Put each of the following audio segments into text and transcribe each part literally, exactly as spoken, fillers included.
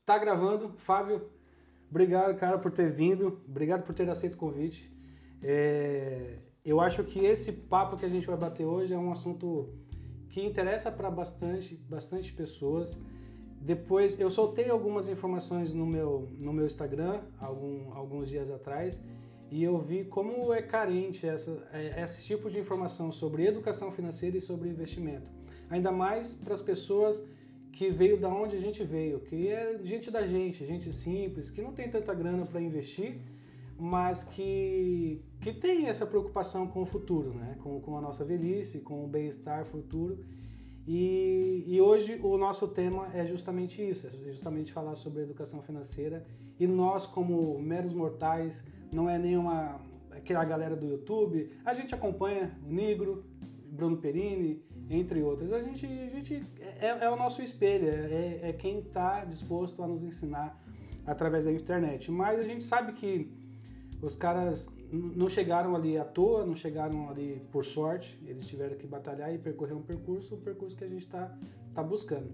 Tá gravando. Fábio, obrigado, cara, por ter vindo. Obrigado por ter aceito o convite. É, eu acho que esse papo que a gente vai bater hoje é um assunto que interessa para bastante, bastante pessoas. Depois, eu soltei algumas informações no meu, no meu Instagram, algum, alguns dias atrás, e eu vi como é carente essa, esse tipo de informação sobre educação financeira e sobre investimento. Ainda mais para as pessoas que veio da onde a gente veio, que é gente da gente, gente simples, que não tem tanta grana para investir, mas que, que tem essa preocupação com o futuro, né? com, com a nossa velhice, com o bem-estar futuro. E, e hoje o nosso tema é justamente isso, é justamente falar sobre educação financeira. E nós, como meros mortais, não é nenhuma aquela galera do YouTube, a gente acompanha o Nigro, Bruno Perini, entre outros. A gente, a gente é, é o nosso espelho, é, é quem está disposto a nos ensinar através da internet. Mas a gente sabe que os caras não chegaram ali à toa, não chegaram ali por sorte, eles tiveram que batalhar e percorrer um percurso, o percurso que a gente está tá buscando.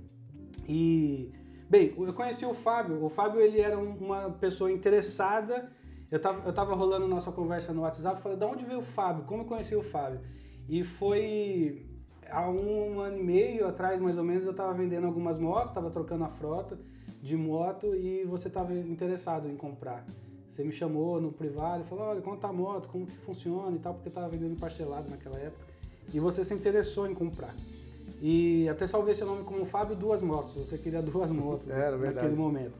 E, bem, eu conheci o Fábio, o Fábio ele era uma pessoa interessada, eu tava, eu tava rolando nossa conversa no WhatsApp, falei, de onde veio o Fábio, como eu conheci o Fábio? E foi há um ano e meio atrás, mais ou menos, eu estava vendendo algumas motos, estava trocando a frota de moto e você estava interessado em comprar. Você me chamou no privado e falou, olha, quanto tá a moto, como que funciona e tal, porque eu estava vendendo parcelado naquela época. E você se interessou em comprar. E até salvei seu nome como Fábio Duas Motos, você queria duas motos Era, naquele verdade. momento.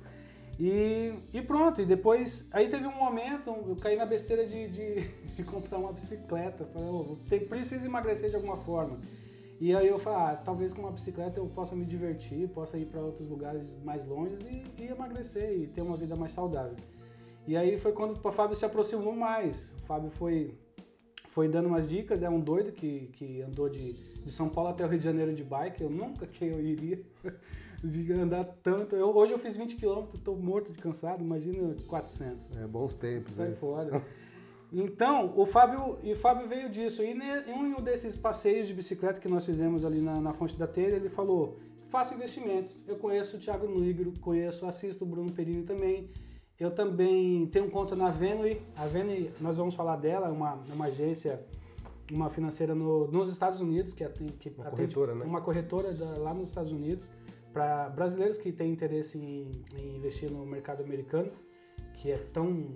E, e pronto, e depois, aí teve um momento, eu caí na besteira de, de, de comprar uma bicicleta. Falei, oh, preciso emagrecer de alguma forma. E aí eu falei, ah, talvez com uma bicicleta eu possa me divertir, possa ir para outros lugares mais longe e, e emagrecer e ter uma vida mais saudável. E aí foi quando o Fábio se aproximou mais. O Fábio foi, foi dando umas dicas, é um doido que, que andou de, de São Paulo até o Rio de Janeiro de bike, eu nunca que eu iria de andar tanto. Eu, hoje eu fiz vinte quilômetros, estou morto de cansado, imagina quatrocentos. É, bons tempos. Sai é fora. Então, o Fábio, e o Fábio veio disso. E em um desses passeios de bicicleta que nós fizemos ali na, na Fonte da Telha, ele falou, faço investimentos. Eu conheço o Thiago Nigro, conheço, assisto o Bruno Perini também. Eu também tenho conta na Venue. A Venue, nós vamos falar dela, é uma, uma agência, uma financeira no, nos Estados Unidos, que atende, que uma atende, corretora, né? Uma corretora da, lá nos Estados Unidos, para brasileiros que têm interesse em, em investir no mercado americano, que é tão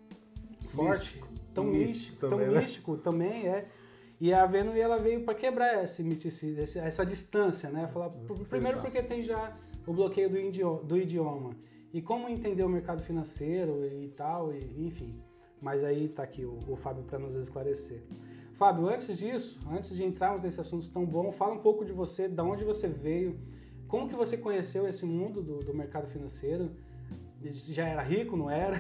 forte, místico. tão místico, místico, também, tão né? místico também é. E a Venue ela veio para quebrar esse, esse, essa distância, né? Falar, primeiro porque tem já o bloqueio do idioma, do idioma. E como entender o mercado financeiro e tal, e, enfim. Mas aí tá aqui o, o Fábio para nos esclarecer. Fábio, antes disso, antes de entrarmos nesse assunto tão bom, fala um pouco de você, de onde você veio, como que você conheceu esse mundo do, do mercado financeiro, já era rico, não era?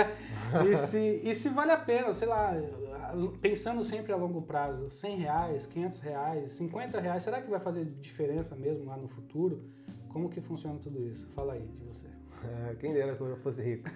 e, se, e se vale a pena, sei lá, pensando sempre a longo prazo, cem reais, quinhentos reais, cinquenta reais, será que vai fazer diferença mesmo lá no futuro? Como que funciona tudo isso? Fala aí de você. É, quem dera que eu fosse rico.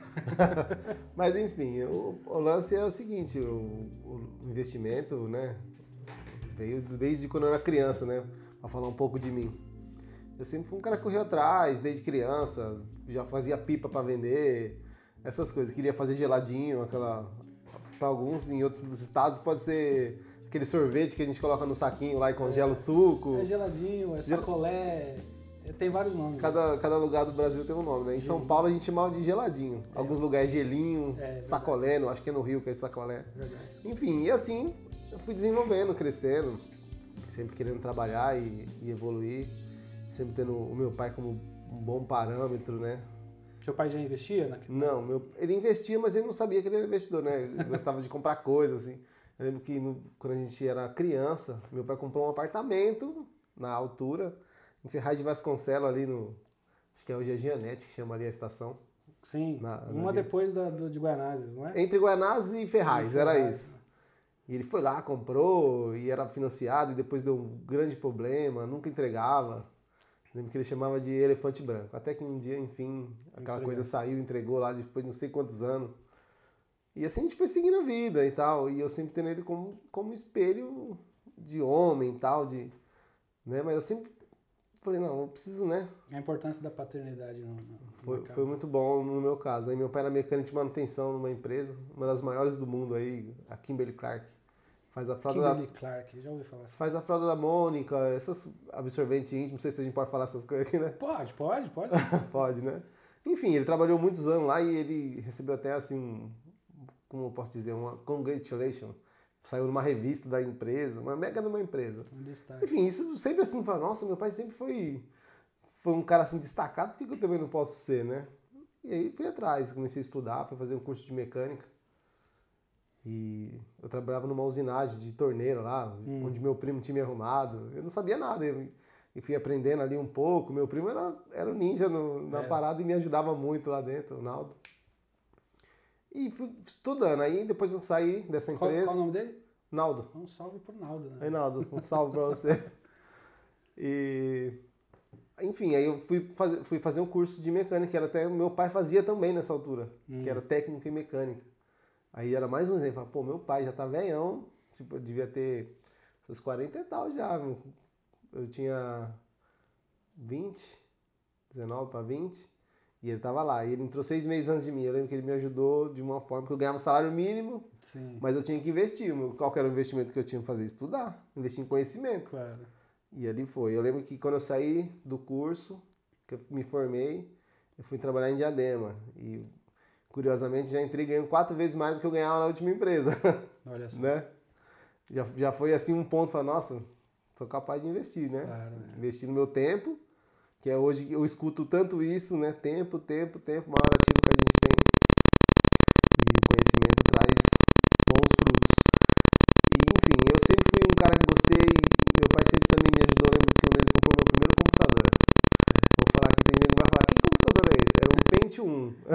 Mas enfim, o, o lance é o seguinte, o, o investimento, né, veio desde quando eu era criança, né, pra falar um pouco de mim. Eu sempre fui um cara que correu atrás, desde criança, já fazia pipa para vender, essas coisas. Queria fazer geladinho, aquela, para alguns em outros estados pode ser aquele sorvete que a gente coloca no saquinho lá e congela é, o suco. É geladinho, é sacolé. Tem vários nomes. Cada, cada lugar do Brasil tem um nome, né? Em São Paulo a gente chamava de geladinho. É. Alguns lugares gelinho, é, sacolé, acho que é no Rio que é sacolé. Verdade. Enfim, e assim eu fui desenvolvendo, crescendo, sempre querendo trabalhar e, e evoluir. Sempre tendo o meu pai como um bom parâmetro, né? Seu pai já investia naquilo? Não, meu, ele investia, mas ele não sabia que ele era investidor, né? Ele gostava de comprar coisas, assim. Eu lembro que no, quando a gente era criança, meu pai comprou um apartamento na altura, em Ferraz de Vasconcelos, ali no... Acho que é hoje a Gianete, que chama ali a estação. Sim, na, uma na, depois da, do, de Guanazes, não é? Entre Guanazes e Ferraz, Ferraz, era isso. E ele foi lá, comprou, e era financiado, e depois deu um grande problema, nunca entregava. Lembro que ele chamava de elefante branco. Até que um dia, enfim, aquela coisa saiu, entregou lá depois de não sei quantos anos. E assim a gente foi seguindo a vida e tal. E eu sempre tendo ele como, como espelho de homem e tal. De, né? Mas eu sempre falei, não, eu preciso, né? A importância da paternidade no, no Foi, caso. foi muito bom no meu caso. Aí meu pai era mecânico de manutenção numa empresa, uma das maiores do mundo aí, a Kimberly-Clark. Faz a fralda Kimberly da, Clark, já ouvi falar assim. faz a fralda da Mônica, essas absorvente íntimo, não sei se a gente pode falar essas coisas aqui, né? Pode, pode, pode. Pode, né? Enfim, ele trabalhou muitos anos lá e ele recebeu até assim um, como eu posso dizer, uma congratulation. Saiu numa revista da empresa, uma mega de uma empresa. Um destaque. Enfim, isso sempre assim, fala, nossa, meu pai sempre foi, foi um cara assim destacado, por que eu também não posso ser, né? E aí fui atrás, comecei a estudar, fui fazer um curso de mecânica. E eu trabalhava numa usinagem de torneira lá, hum. onde meu primo tinha me arrumado. Eu não sabia nada, eu, e fui aprendendo ali um pouco. Meu primo era, era um ninja no, na é. parada e me ajudava muito lá dentro, o Naldo. E fui estudando. Aí depois eu saí dessa empresa. Qual, qual o nome dele? Naldo. Um salve pro Naldo, né? Aí, Naldo, um salve pra você. E... Enfim, aí eu fui fazer, fui fazer um curso de mecânica, que era até meu pai fazia também nessa altura, hum. que era técnico em mecânica. Aí era mais um exemplo, pô, meu pai já tá velhão, tipo, eu devia ter seus quarenta e tal já. Eu tinha vinte, dezenove para vinte, e ele tava lá. E ele entrou seis meses antes de mim. Eu lembro que ele me ajudou de uma forma que eu ganhava um salário mínimo, Sim. mas eu tinha que investir. Qual que era o investimento que eu tinha que fazer? Estudar, investir em conhecimento. Claro. E ali foi. Eu lembro que quando eu saí do curso, que eu me formei, eu fui trabalhar em Diadema. E, curiosamente, já entrei ganhando quatro vezes mais do que eu ganhava na última empresa. Olha só. Né? Já, já foi assim um ponto, falar, nossa, sou capaz de investir, né? Claro, é. Investir no meu tempo, que é hoje, eu escuto tanto isso, né? Tempo, tempo, tempo, maior ativo que a gente tem. E o conhecimento traz bons frutos. E, enfim, eu sempre fui um cara que gostei, meu pai sempre também me ajudou, lembro que ele comprou meu primeiro computador. Vou falar que tem gente que vai falar, que computador é esse? Era um Pentium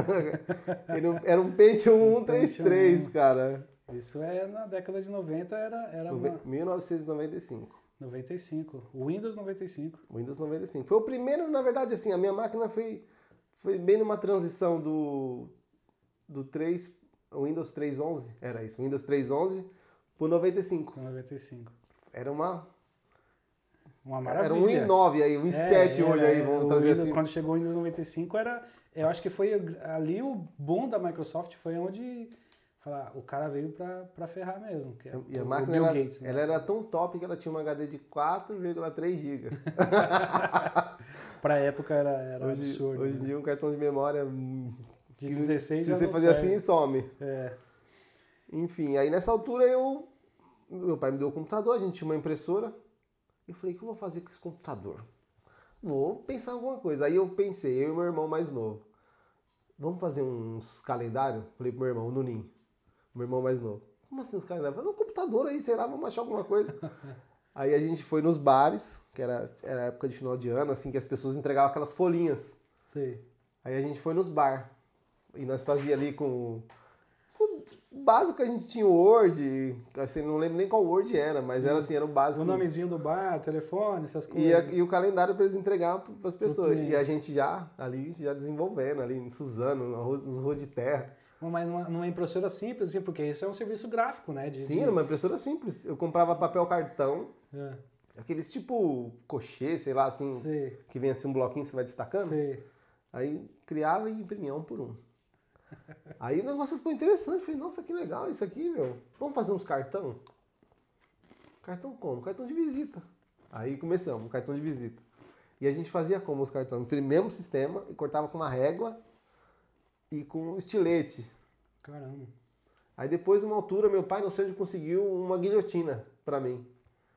um. Era um Pentium um três três, cara. Isso é na década de noventa, era, era Nove... uma... mil novecentos e noventa e cinco. noventa e cinco. O Windows noventa e cinco. Windows noventa e cinco. Foi o primeiro, na verdade, assim, a minha máquina foi, foi bem numa transição do, do três, Windows três ponto onze, era isso, Windows três ponto onze pro noventa e cinco. noventa e cinco. Era uma... Uma maravilha. Era um i nove aí, um i sete é, hoje aí, vamos trazer Windows, assim. Quando chegou o Windows noventa e cinco, era, eu acho que foi ali o boom da Microsoft, foi onde... Falar, o cara veio pra, pra ferrar mesmo. Que é e a o máquina Bill era, Gates, né? ela era tão top que ela tinha uma H D de quatro vírgula três gigas. Pra época era, era hoje, absurdo. Hoje em né? dia um cartão de memória... De dezesseis se você fazer assim, some. É. Enfim, aí nessa altura eu... Meu pai me deu o computador, a gente tinha uma impressora. Eu falei, o que eu vou fazer com esse computador? Vou pensar em alguma coisa. Aí eu pensei, eu e meu irmão mais novo. Vamos fazer uns calendários? Falei pro meu irmão, o Nuninho. Meu irmão mais novo. Como assim os caras levam? No computador aí, sei lá, vamos achar alguma coisa. Aí a gente foi nos bares, que era, era época de final de ano, assim, que as pessoas entregavam aquelas folhinhas. Sim. Aí a gente foi nos bar. E nós fazia ali com... com o básico que a gente tinha o Word, assim, não lembro nem qual Word era, mas Sim. era assim, era o básico. O nomezinho do bar, telefone, essas coisas. E, a, e o calendário para eles entregar para as pessoas. E a gente já ali, já desenvolvendo ali, em Suzano, nos ruas de terra. Mas numa, numa impressora simples, assim, porque isso é um serviço gráfico, né? De, Sim, de... era uma impressora simples. Eu comprava papel cartão, é. aqueles tipo cochê, sei lá, assim, Sim. que vem assim um bloquinho, você vai destacando. Sim. Aí criava e imprimia um por um. Aí o negócio ficou interessante. Falei, nossa, que legal isso aqui, meu. Vamos fazer uns cartão? Cartão como? Cartão de visita. Aí começamos, cartão de visita. E a gente fazia como os cartões? Imprimíamos o sistema e cortava com uma régua e com um estilete. Caramba. Aí depois, numa altura, meu pai, não sei onde, conseguiu uma guilhotina pra mim.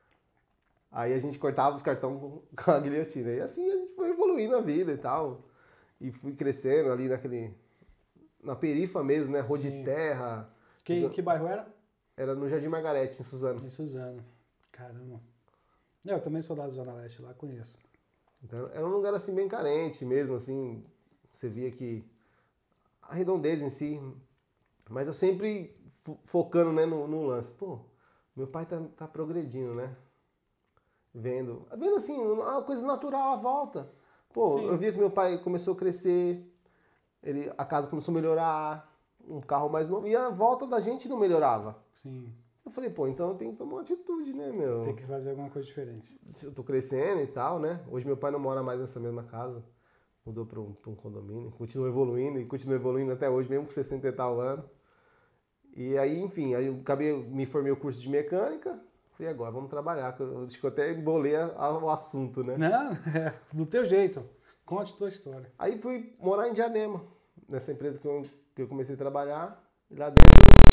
Aí a gente cortava os cartões com a guilhotina. E assim a gente foi evoluindo a vida e tal. E fui crescendo ali naquele... Na perifa mesmo, né? Rua de terra. Que, que bairro era? Era no Jardim Margarete, em Suzano. Em Suzano. Caramba. Eu também sou da Zona Leste, lá conheço. Então, era um lugar assim bem carente mesmo, assim. Você via que... A redondeza em si... Mas eu sempre focando, né, no, no lance. Pô, meu pai tá, tá progredindo, né? Vendo. Vendo assim, uma coisa natural à volta. Pô, Sim. eu via que meu pai começou a crescer, ele, a casa começou a melhorar, um carro mais novo, e a volta da gente não melhorava. Sim. Eu falei, pô, então eu tenho que tomar uma atitude, né, meu? Tem que fazer alguma coisa diferente. Eu tô crescendo e tal, né? Hoje meu pai não mora mais nessa mesma casa. Mudou para um, pra um condomínio. Continua evoluindo e continua evoluindo até hoje, mesmo com sessenta e tal anos. E aí, enfim, aí eu acabei, me formei o curso de mecânica. Falei, agora vamos trabalhar. Eu acho que eu até embolei a, a, o assunto, né? Não, é do teu jeito. Conte tua história. Aí fui morar em Diadema, nessa empresa que eu, que eu comecei a trabalhar. E lá dentro...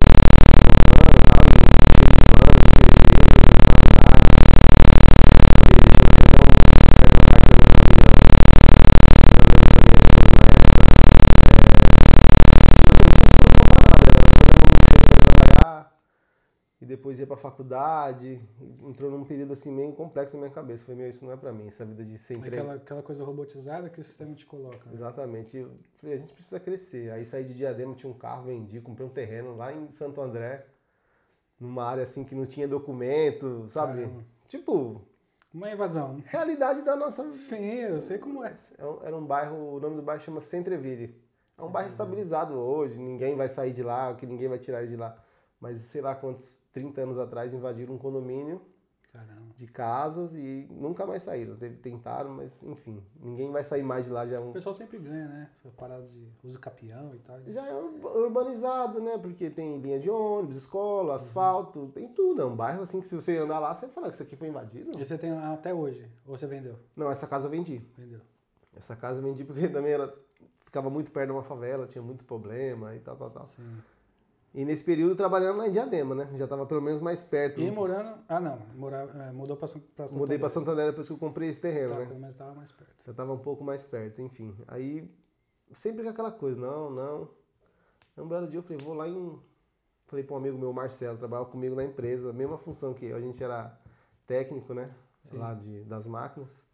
E depois ia pra faculdade, entrou num período assim meio complexo na minha cabeça. Falei, meu, isso não é pra mim, essa vida de ser emprego. Aquela, aquela coisa robotizada que o sistema te coloca. Né? Exatamente. Eu falei, a gente precisa crescer. Aí saí de Diadema, tinha um carro, vendi, comprei um terreno lá em Santo André, numa área assim que não tinha documento, sabe? Caramba. Tipo... Uma invasão. Realidade da nossa... Sim, eu sei como é. Era um bairro, o nome do bairro chama Centreville. É um bairro estabilizado hoje, ninguém vai sair de lá, que ninguém vai tirar ele de lá. Mas sei lá quantos, trinta anos atrás, invadiram um condomínio Caramba. de casas e nunca mais saíram. Tentaram, mas enfim, ninguém vai sair mais de lá. Já é um... O pessoal sempre ganha, né? Essa parada de uso capião e tal. Já é urbanizado, né? Porque tem linha de ônibus, escola, asfalto, uhum. Tem tudo. É um bairro assim que se você andar lá, você vai falar que isso aqui foi invadido. E você tem até hoje? Ou você vendeu? Não, essa casa eu vendi. Vendeu. Essa casa eu vendi porque também era, ficava muito perto de uma favela, tinha muito problema e tal, tal, tal. Sim. E nesse período trabalhando lá em Diadema, né? Já estava pelo menos mais perto. E morando... Ah, não. Morar, é, mudou para Santo André. Mudei para Santo André depois que eu comprei esse terreno, tá, né? Pelo menos estava mais perto. Já estava um pouco mais perto, enfim. Aí, sempre com aquela coisa, não, não. Um belo dia eu falei, vou lá em... Falei para um amigo meu, Marcelo, trabalhava comigo na empresa, a mesma função que eu. A gente era técnico, né? Sim. Lá de, das máquinas.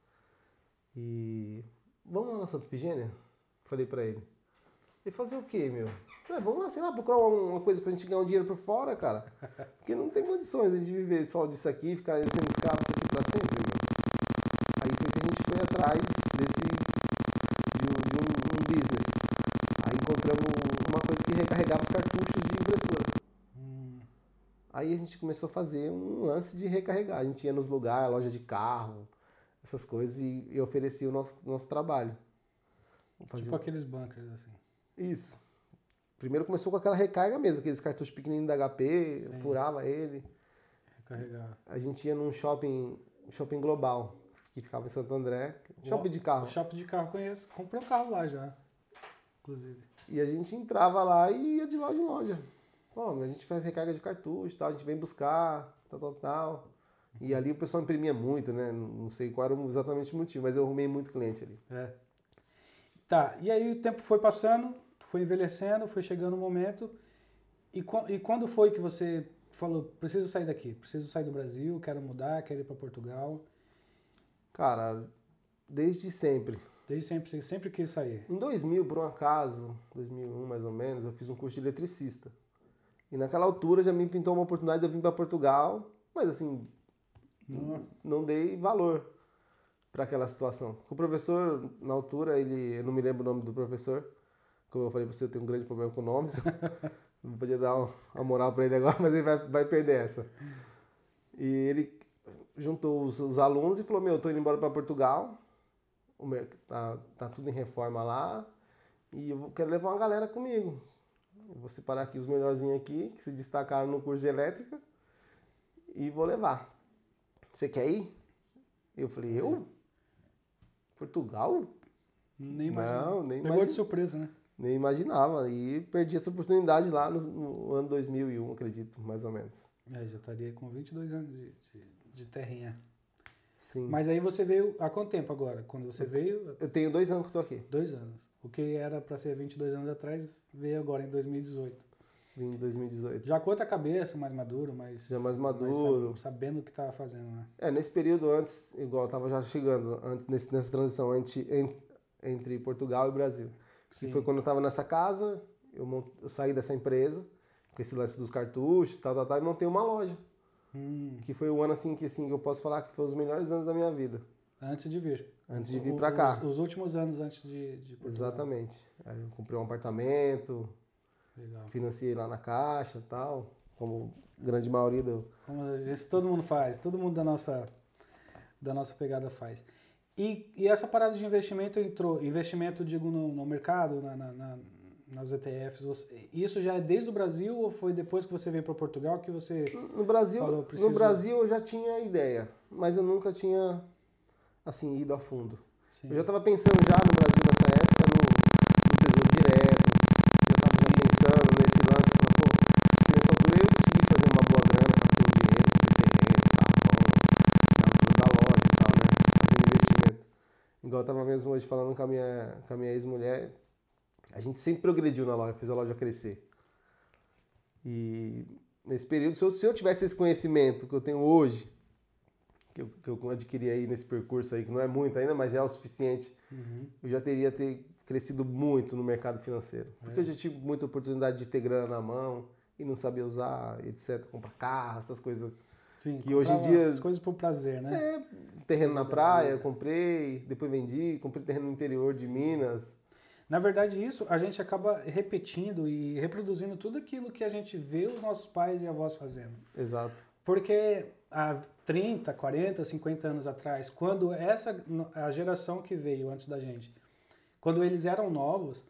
E... Vamos lá na Santa Efigênia? Falei para ele. E fazer o quê, meu? Falei, vamos lá, sei lá, procurar uma, uma coisa pra gente ganhar um dinheiro por fora, cara. Porque não tem condições de viver só disso aqui, ficar sendo escravo disso aqui pra sempre, meu. Aí foi que a gente foi atrás desse, de, um, de um, um business. Aí encontramos uma coisa que recarregava os cartuchos de impressora. Hum. Aí a gente começou a fazer um lance de recarregar. A gente ia nos lugares, loja de carro, essas coisas, e, e oferecia o nosso, nosso trabalho. Tipo um... aqueles bunkers, assim. Isso. Primeiro começou com aquela recarga mesmo, aqueles cartuchos pequenininhos da H P, sim. Furava ele. Recarregava. A gente ia num shopping, shopping global, que ficava em Santo André. Shopping de carro. Shopping de carro conheço. Comprei um carro lá já, inclusive. E a gente entrava lá e ia de loja em loja. Pô, a gente faz recarga de cartucho, tal, a gente vem buscar, tal, tal, tal. E ali o pessoal imprimia muito, né? Não sei qual era exatamente o motivo, mas eu arrumei muito cliente ali. É. Tá, e aí o tempo foi passando, foi envelhecendo, foi chegando o momento. E, e quando foi que você falou, preciso sair daqui, preciso sair do Brasil, quero mudar, quero ir para Portugal? Cara, desde sempre. Desde sempre, você sempre quis sair? Em dois mil, por um acaso, dois mil e um mais ou menos, eu fiz um curso de eletricista. E naquela altura já me pintou uma oportunidade de eu vir para Portugal, mas assim, não, não dei valor para aquela situação. O professor, na altura, ele, eu não me lembro o nome do professor, como eu falei para você, eu tenho um grande problema com nomes, não podia dar uma moral para ele agora, mas ele vai, vai perder essa. E ele juntou os, os alunos e falou, meu, eu tô indo embora para Portugal, o meu, tá, tá tudo em reforma lá, e eu quero levar uma galera comigo. Eu vou separar aqui os melhorzinhos aqui, que se destacaram no curso de elétrica, e vou levar. Você quer ir? Eu falei, eu? Portugal? Nem imaginava. Não, nem Pegou de surpresa, né? Nem imaginava. E perdi essa oportunidade lá no, no ano dois mil e um, acredito, mais ou menos. É, já estaria com vinte e dois anos de, de, de terrinha. Sim. Mas aí você veio há quanto tempo agora? Quando você eu, veio... Eu tenho dois anos que estou aqui. Dois anos. O que era para ser vinte e dois anos atrás, veio agora em dois mil e dezoito. Vim em dois mil e dezoito. Já com outra cabeça, mais maduro, mais... Já mais maduro. Mais sabendo o que estava fazendo, né? É, nesse período antes, igual eu estava já chegando, antes, nesse, nessa transição entre, entre Portugal e Brasil. Sim. Que foi quando eu estava nessa casa, eu, mont, eu saí dessa empresa, com esse lance dos cartuchos, tal, tal, tal, e montei uma loja. Hum. Que foi o ano assim que, assim que eu posso falar que foi os melhores anos da minha vida. Antes de vir. Antes de vir para cá. Os, os últimos anos antes de, de Portugal. Exatamente. Aí eu comprei um apartamento, legal. Financiei lá na Caixa e tal. como grande maioria do... Como isso todo mundo faz, todo mundo da nossa, da nossa pegada faz. E, e essa parada de investimento entrou, investimento, digo, no, no mercado, na, na, na, nas E T Fs, você, isso já é desde o Brasil ou foi depois que você veio para Portugal que você... No Brasil, falou, preciso... no Brasil eu já tinha ideia, mas eu nunca tinha, assim, ido a fundo. Sim. Eu já estava pensando já no Brasil nessa época, no, no Tesouro Direto, já estava pensando nesse lance, falando, pô, nessa altura eu consegui fazer uma boa grana para ter um dinheiro, ter terreno, carro, da loja e tal, né, fazendo investimento. Igual eu estava mesmo hoje falando com a minha, com a minha ex-mulher, a gente sempre progrediu na loja, fez a loja crescer. E nesse período, se eu, se eu tivesse esse conhecimento que eu tenho hoje, que eu, que eu adquiri aí nesse percurso aí, que não é muito ainda, mas é o suficiente, uhum. eu já teria ter crescido muito no mercado financeiro. Porque é. eu já tive muita oportunidade de ter grana na mão e não sabia usar, etcétera, comprar carro, essas coisas. Sim, que hoje em dia... as coisas por prazer, né? É, terreno na praia, eu comprei, depois vendi, comprei terreno no interior de Minas. Na verdade, isso a gente acaba repetindo e reproduzindo tudo aquilo que a gente vê os nossos pais e avós fazendo. Exato. Porque há trinta, quarenta, cinquenta anos atrás, quando essa a geração que veio antes da gente, quando eles eram novos,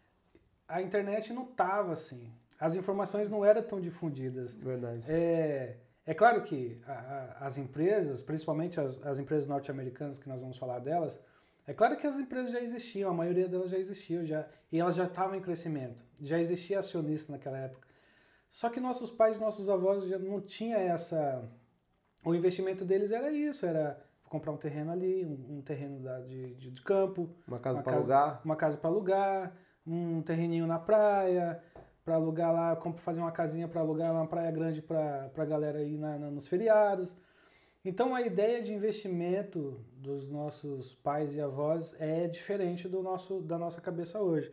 a internet não estava assim. As informações não eram tão difundidas. Verdade. É, é claro que a, a, as empresas, principalmente as, as empresas norte-americanas, que nós vamos falar delas, é claro que as empresas já existiam, a maioria delas já existiam, já, e elas já estavam em crescimento. Já existia acionista naquela época. Só que nossos pais, nossos avós já não tinham essa... O investimento deles era isso, era comprar um terreno ali, um, um terreno da, de, de, de campo. Uma casa para alugar. Uma casa para alugar, um terreninho na praia, para alugar lá, fazer uma casinha para alugar uma praia grande para a galera ir na, na, nos feriados. Então a ideia de investimento dos nossos pais e avós é diferente do nosso, da nossa cabeça hoje.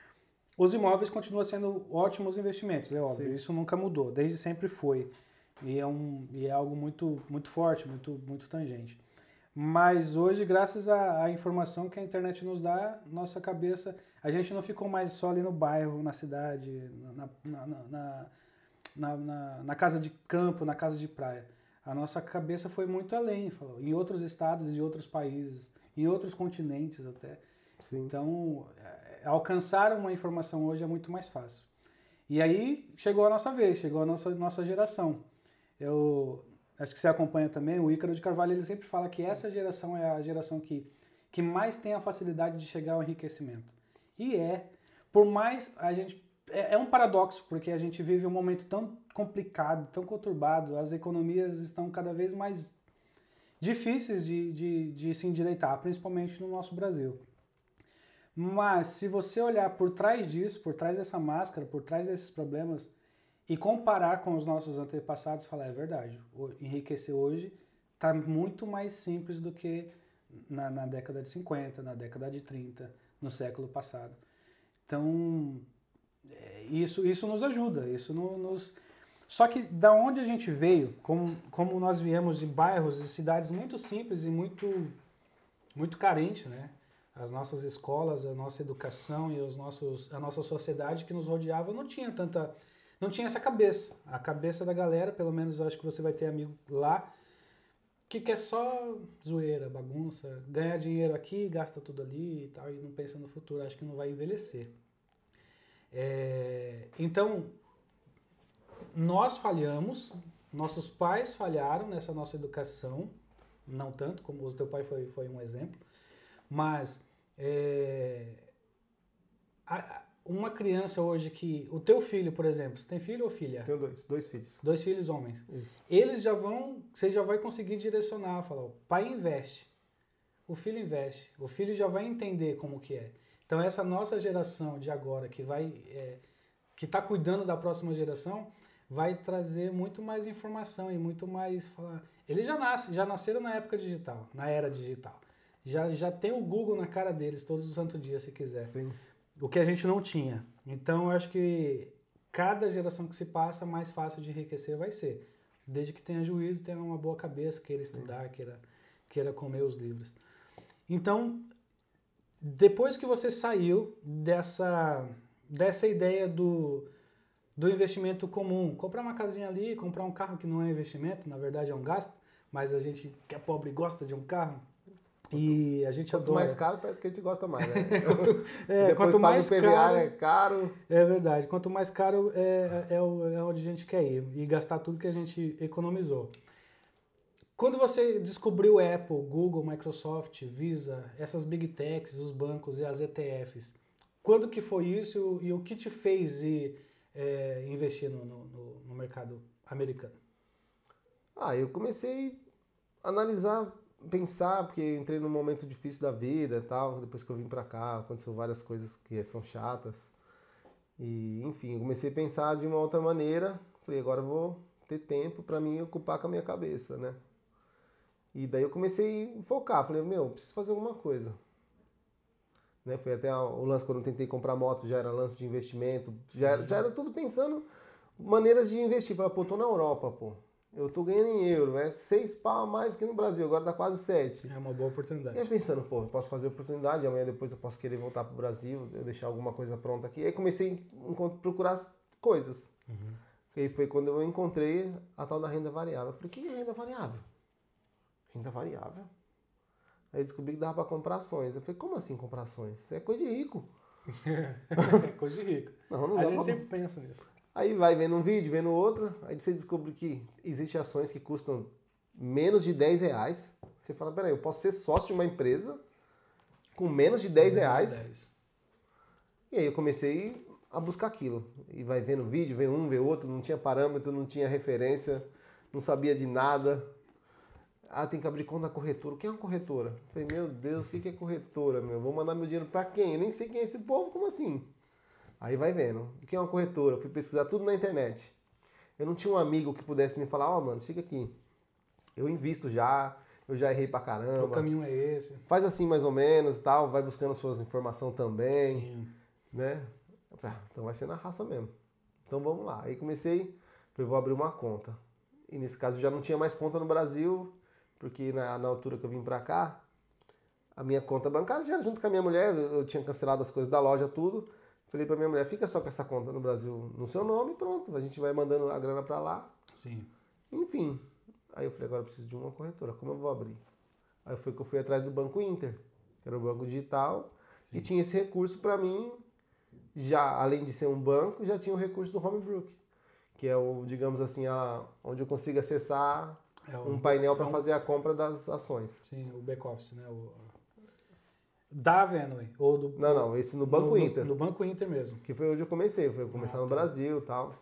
Os imóveis continuam sendo ótimos investimentos, é óbvio, Sim. isso nunca mudou, desde sempre foi. E é, um, e é algo muito, muito forte, muito, muito tangente. Mas hoje, graças à, à informação que a internet nos dá, nossa cabeça, a gente não ficou mais só ali no bairro, na cidade, na, na, na, na, na, na casa de campo, na casa de praia. A nossa cabeça foi muito além, falou, em outros estados, em outros países, em outros continentes até. Sim. Então, alcançar uma informação hoje é muito mais fácil. E aí chegou a nossa vez, chegou a nossa, nossa geração. Eu acho que você acompanha também, o Ícaro de Carvalho, ele sempre fala que essa geração é a geração que, que mais tem a facilidade de chegar ao enriquecimento. E é, por mais a gente... É, é um paradoxo, porque a gente vive um momento tão complicado, tão conturbado, as economias estão cada vez mais difíceis de, de, de se endireitar, principalmente no nosso Brasil. Mas se você olhar por trás disso, por trás dessa máscara, por trás desses problemas, e comparar com os nossos antepassados, falar, é verdade, enriquecer hoje está muito mais simples do que na, na década de cinquenta, na década de trinta, no século passado. Então, isso, isso nos ajuda, isso no, nos... Só que da onde a gente veio, como, como nós viemos de bairros e cidades muito simples e muito, muito carentes, né? As nossas escolas, a nossa educação e os nossos, a nossa sociedade que nos rodeava não tinha tanta... Não tinha essa cabeça. A cabeça da galera, pelo menos eu acho que você vai ter amigo lá, que quer só zoeira, bagunça, ganhar dinheiro aqui, gasta tudo ali e tal, e não pensa no futuro, acho que não vai envelhecer. É, então, nós falhamos, nossos pais falharam nessa nossa educação, não tanto, como o teu pai foi, foi um exemplo, mas é, a, uma criança hoje que... O teu filho, por exemplo, você tem filho ou filha? Tenho dois, dois filhos. Dois filhos homens. Isso. Eles já vão... Você já vai conseguir direcionar, falar, o pai investe, o filho investe, o filho já vai entender como que é. Então essa nossa geração de agora, que vai... É, que está cuidando da próxima geração, vai trazer muito mais informação e muito mais... Falar, eles já, nasce, já nasceram na época digital, na era digital. Já, já tem o Google na cara deles todos os santos dias, se quiser. Sim. O que a gente não tinha. Então, eu acho que cada geração que se passa, mais fácil de enriquecer vai ser. Desde que tenha juízo, tenha uma boa cabeça, queira estudar, queira, queira comer os livros. Então, depois que você saiu dessa, dessa ideia do, do investimento comum. Comprar uma casinha ali, comprar um carro que não é investimento, na verdade é um gasto, mas a gente que é pobre gosta de um carro. E a gente Quanto adora. mais caro, parece que a gente gosta mais, né? quanto, é, Depois quanto mais paga o P V A, caro, é caro. É verdade. Quanto mais caro é, é, o- é onde a gente quer ir e gastar tudo que a gente economizou. Quando você descobriu Apple, Google, Microsoft, Visa, essas Big Techs, os bancos e as E T Fs, quando que foi isso e o que te fez ir é, investir no, no, no mercado americano? Ah, eu comecei a analisar, pensar, porque eu entrei num momento difícil da vida e tal, depois que eu vim pra cá, aconteceu várias coisas que são chatas. E, enfim, eu comecei a pensar de uma outra maneira. Falei, agora eu vou ter tempo pra mim ocupar com a minha cabeça, né? E daí eu comecei a focar, falei, meu, preciso fazer alguma coisa. Né? Foi até o lance quando eu tentei comprar moto, já era lance de investimento, já era, já era tudo pensando maneiras de investir. Falei, pô, tô na Europa, pô. Eu tô ganhando em euro, é seis pau a mais que no Brasil, agora tá quase sete. É uma boa oportunidade. E aí pensando, pô, eu posso fazer oportunidade, amanhã depois eu posso querer voltar pro Brasil, eu deixar alguma coisa pronta aqui. Aí comecei a procurar coisas. Uhum. E aí foi quando eu encontrei a tal da renda variável. Eu falei, o que é renda variável? Renda variável? Aí eu descobri que dava pra comprar ações. Eu falei, como assim comprar ações? Isso é coisa de rico. É coisa de rico. Não, não A dá gente pra... sempre pensa nisso. Aí vai vendo um vídeo, vendo outro, aí você descobre que existem ações que custam menos de dez reais. Você fala, peraí, eu posso ser sócio de uma empresa com menos de dez reais? dez. E aí eu comecei a buscar aquilo. E vai vendo vídeo, vê um, vê outro, não tinha parâmetro, não tinha referência, não sabia de nada. Ah, tem que abrir conta na corretora. O que é uma corretora? Eu falei, meu Deus, o que é corretora, meu? Vou mandar meu dinheiro pra quem? Eu nem sei quem é esse povo, como assim? Aí vai vendo. O que é uma corretora? Eu fui pesquisar tudo na internet. Eu não tinha um amigo que pudesse me falar, ó, oh, mano, chega aqui. Eu invisto já, eu já errei pra caramba. O caminho é esse. Faz assim mais ou menos e tal, vai buscando suas informações também, Sim. né? Eu falei, ah, então vai ser na raça mesmo. Então vamos lá. Aí comecei, falei, vou abrir uma conta. E nesse caso eu já não tinha mais conta no Brasil, porque na, na altura que eu vim pra cá, a minha conta bancária já era junto com a minha mulher, eu tinha cancelado as coisas da loja, tudo. Falei pra minha mulher, fica só com essa conta no Brasil no seu nome e pronto, a gente vai mandando a grana pra lá. Sim. Enfim. Aí eu falei, agora eu preciso de uma corretora, como eu vou abrir? Aí foi que eu fui atrás do Banco Inter, que era o banco digital, Sim. E tinha esse recurso pra mim, já além de ser um banco, já tinha o recurso do Homebrook, que é o, digamos assim, a, onde eu consigo acessar é um, um painel para é um... fazer a compra das ações. Sim, o back-office, né? O... Da Venue, ou do... Não, não, esse no Banco no, Inter. No, no Banco Inter mesmo. Que foi onde eu comecei, foi começar ah, no tá. Brasil e tal.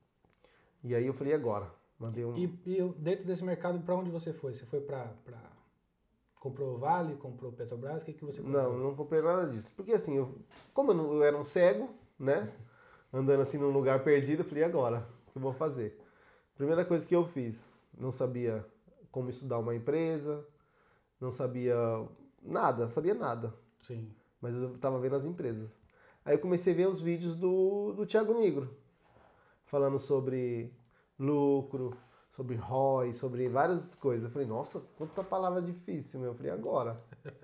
E aí eu falei, e agora? Mandei um... E, e dentro desse mercado, para onde você foi? Você foi para... Pra... Comprou Vale, comprou Petrobras, o que, que você comprou? Não, não comprei nada disso. Porque assim, eu, como eu, não, eu era um cego, né? Andando assim num lugar perdido, eu falei, e agora? O que eu vou fazer? Primeira coisa que eu fiz, não sabia como estudar uma empresa, não sabia nada, sabia nada. Sim. Mas eu estava vendo as empresas. Aí eu comecei a ver os vídeos do, do Thiago Nigro, falando sobre lucro, sobre R O I, sobre várias coisas. Eu falei, nossa, quanta palavra difícil, meu. Eu falei, agora?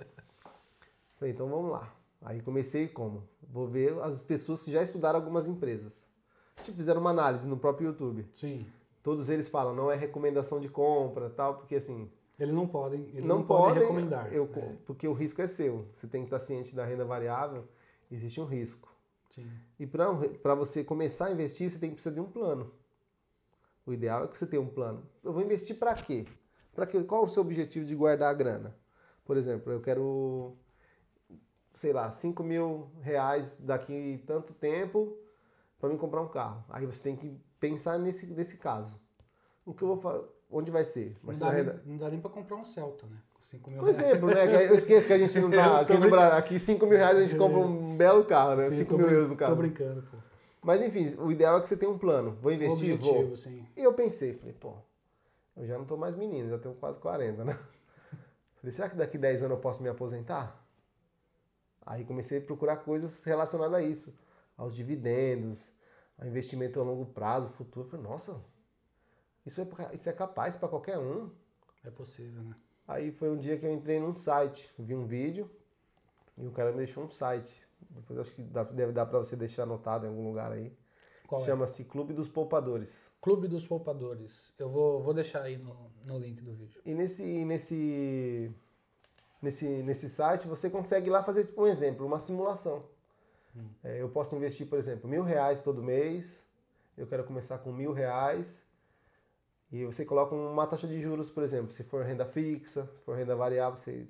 Falei, então vamos lá. Aí comecei como? Vou ver as pessoas que já estudaram algumas empresas. Tipo, fizeram uma análise no próprio YouTube. Sim. Todos eles falam, não é recomendação de compra, tal, porque assim... Eles não podem, eles não, não podem, podem recomendar. Eu, é. Porque o risco é seu. Você tem que estar ciente da renda variável, existe um risco. Sim. E para você começar a investir, você tem que precisar de um plano. O ideal é que você tenha um plano. Eu vou investir para quê? Para quê? Qual o seu objetivo de guardar a grana? Por exemplo, eu quero, sei lá, cinco mil reais daqui tanto tempo para mim comprar um carro. Aí você tem que pensar nesse, nesse caso. O que eu vou fazer? Onde vai ser? Vai não, ser dá renda... nem, não dá nem para comprar um Celta, né? cinco mil Por exemplo, né? Eu esqueço que a gente não tá aqui no Brasil. Aqui cinco mil reais a gente compra um belo carro, né? Sim, cinco mil euros no carro. Tô brincando, pô. Mas enfim, o ideal é que você tenha um plano. Vou investir? Objetivo, vou. Sim. E eu pensei, falei, pô, eu já não tô mais menino, já tenho quase quarenta, né? Falei, será que daqui dez anos eu posso me aposentar? Aí comecei a procurar coisas relacionadas a isso. Aos dividendos, a investimento a longo prazo, futuro. Falei, nossa, isso é, isso é capaz para qualquer um. É possível, né? Aí foi um dia que eu entrei num site, vi um vídeo e o cara me deixou um site. Depois acho que deve dar para você deixar anotado em algum lugar aí. Qual Chama-se Clube dos Poupadores. Clube dos Poupadores. Eu vou, vou deixar aí no, no link do vídeo. E nesse, nesse, nesse, nesse site você consegue lá fazer, tipo, um exemplo, uma simulação. Hum. É, eu posso investir, por exemplo, mil reais todo mês. Eu quero começar com mil reais. E você coloca uma taxa de juros, por exemplo. Se for renda fixa, se for renda variável, você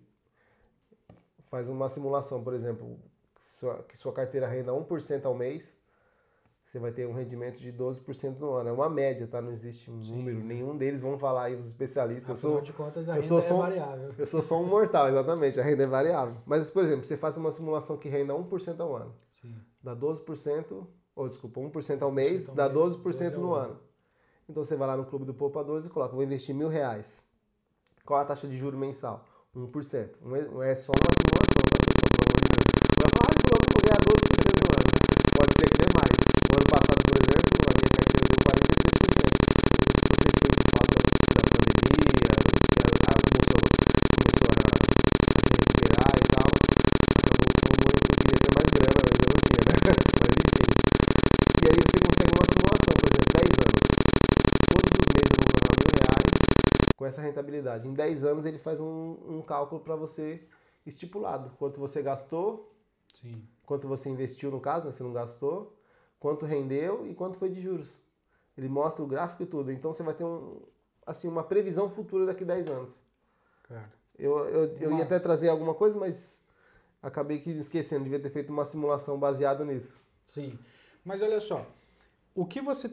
faz uma simulação, por exemplo, sua, que sua carteira renda um por cento ao mês. Você vai ter um rendimento de doze por cento no ano. É uma média, tá? Não existe um Sim. número. Nenhum deles vão falar aí, os especialistas. Afinal eu sou, de contas, a eu renda sou é só, variável. Eu sou só um mortal, exatamente. A renda é variável. Mas, por exemplo, você faz uma simulação que renda um por cento ao ano. Sim. Dá doze por cento, ou desculpa, um por cento ao mês, ao dá mês, doze por cento no ano. Então você vai lá no Clube do Poupadores e coloca, vou investir mil reais. Qual a taxa de juros mensal? um por cento. É só uma simulação, tá, pessoal? Vai falar, ah, pronto, vou ganhar doze por cento no ano. Pode ser que dê mais. O ano passado, por exemplo, a minha carteira deu quarenta e três por cento. Não sei se foi por falta da pandemia, a bolsa começou a se recuperar e tal. Acabou que eu queria ter mais grana, mas eu não tinha, né? Mas enfim. E aí você consegue uma simulação, por exemplo, dez anos. Todos os meses eu vou colocar mil reais com essa rentabilidade. Em dez anos ele faz um, um cálculo para você estipulado. Quanto você gastou, Sim. quanto você investiu no caso, né? Você não gastou, quanto rendeu e quanto foi de juros. Ele mostra o gráfico e tudo. Então você vai ter um, assim, uma previsão futura daqui a dez anos. Claro. Eu, eu, eu ia até trazer alguma coisa, mas acabei que me esquecendo. Devia ter feito uma simulação baseada nisso. Sim. Mas olha só, o que você...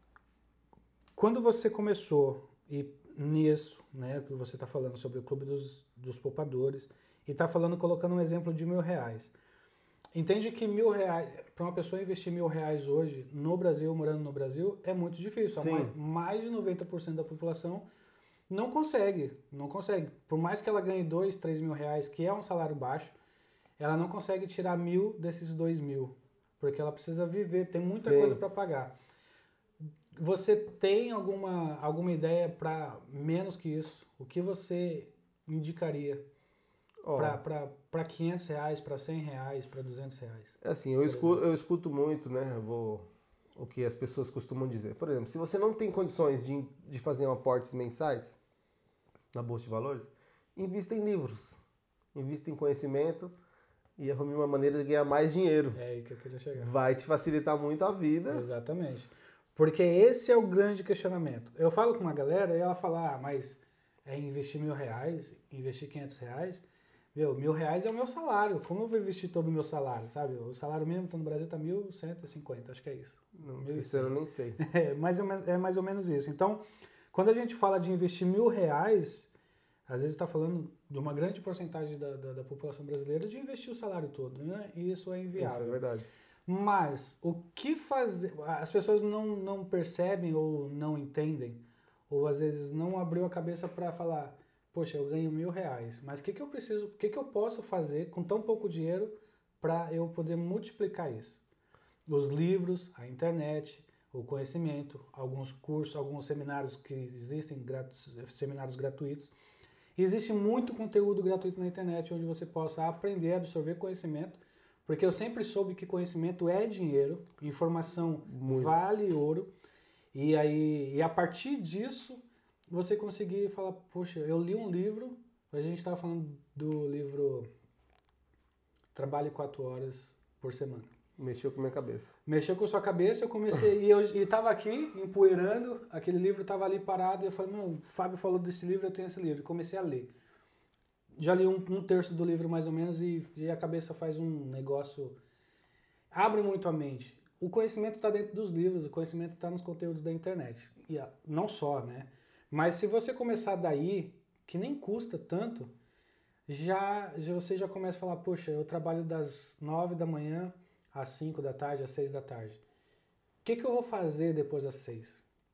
Quando você começou e nisso, né, que você está falando sobre o Clube dos, dos Poupadores, e está falando, colocando um exemplo de mil reais. Entende que mil reais, para uma pessoa investir mil reais hoje no Brasil, morando no Brasil, é muito difícil. Mais, mais de noventa por cento da população não consegue, não consegue. Por mais que ela ganhe dois, três mil reais, que é um salário baixo, ela não consegue tirar mil desses dois mil, porque ela precisa viver, tem muita Sim. coisa para pagar. Você tem alguma, alguma ideia para menos que isso? O que você indicaria oh. para quinhentos reais, para cem reais, para duzentos reais? Assim, eu escuto, eu escuto muito, né? Eu vou, o que as pessoas costumam dizer. Por exemplo, se você não tem condições de, de fazer aportes mensais na Bolsa de Valores, invista em livros, invista em conhecimento e arrume uma maneira de ganhar mais dinheiro. É aí que eu queria chegar. Vai te facilitar muito a vida. Exatamente. Porque esse é o grande questionamento. Eu falo com uma galera e ela fala, ah, mas é investir mil reais, investir quinhentos reais, meu, mil reais é o meu salário, como eu vou investir todo o meu salário, sabe? O salário mínimo no Brasil está mil cento e cinquenta, acho que é isso. Não, sincero, eu nem sei. É mais, ou menos, é mais ou menos isso. Então, quando a gente fala de investir mil reais, às vezes está falando de uma grande porcentagem da, da, da população brasileira de investir o salário todo, né? E isso é inviável. Isso é verdade. Mas o que fazer? As pessoas não, não percebem ou não entendem, ou às vezes não abriu a cabeça para falar, poxa, eu ganho mil reais, mas o que, que eu preciso, o que, que eu posso fazer com tão pouco dinheiro para eu poder multiplicar isso? Os livros, a internet, o conhecimento, alguns cursos, alguns seminários que existem, gratu- seminários gratuitos. Existe muito conteúdo gratuito na internet onde você possa aprender a absorver conhecimento. Porque eu sempre soube que conhecimento é dinheiro, informação Muito. vale ouro, e aí e a partir disso você conseguir falar, poxa, eu li um livro, a gente estava falando do livro Trabalhe quatro horas por semana. Mexeu com a minha cabeça. Mexeu com a sua cabeça, eu comecei, e eu estava aqui, empoeirando, aquele livro estava ali parado, e eu falei, meu, o Fábio falou desse livro, eu tenho esse livro, e comecei a ler. Já li um, um terço do livro mais ou menos e, e a cabeça faz um negócio... Abre muito a mente. O conhecimento está dentro dos livros, o conhecimento está nos conteúdos da internet. E a, não só, né? Mas se você começar daí, que nem custa tanto, já, já você já começa a falar, poxa, eu trabalho das nove da manhã às cinco da tarde, às seis da tarde. O que, que eu vou fazer depois das seis?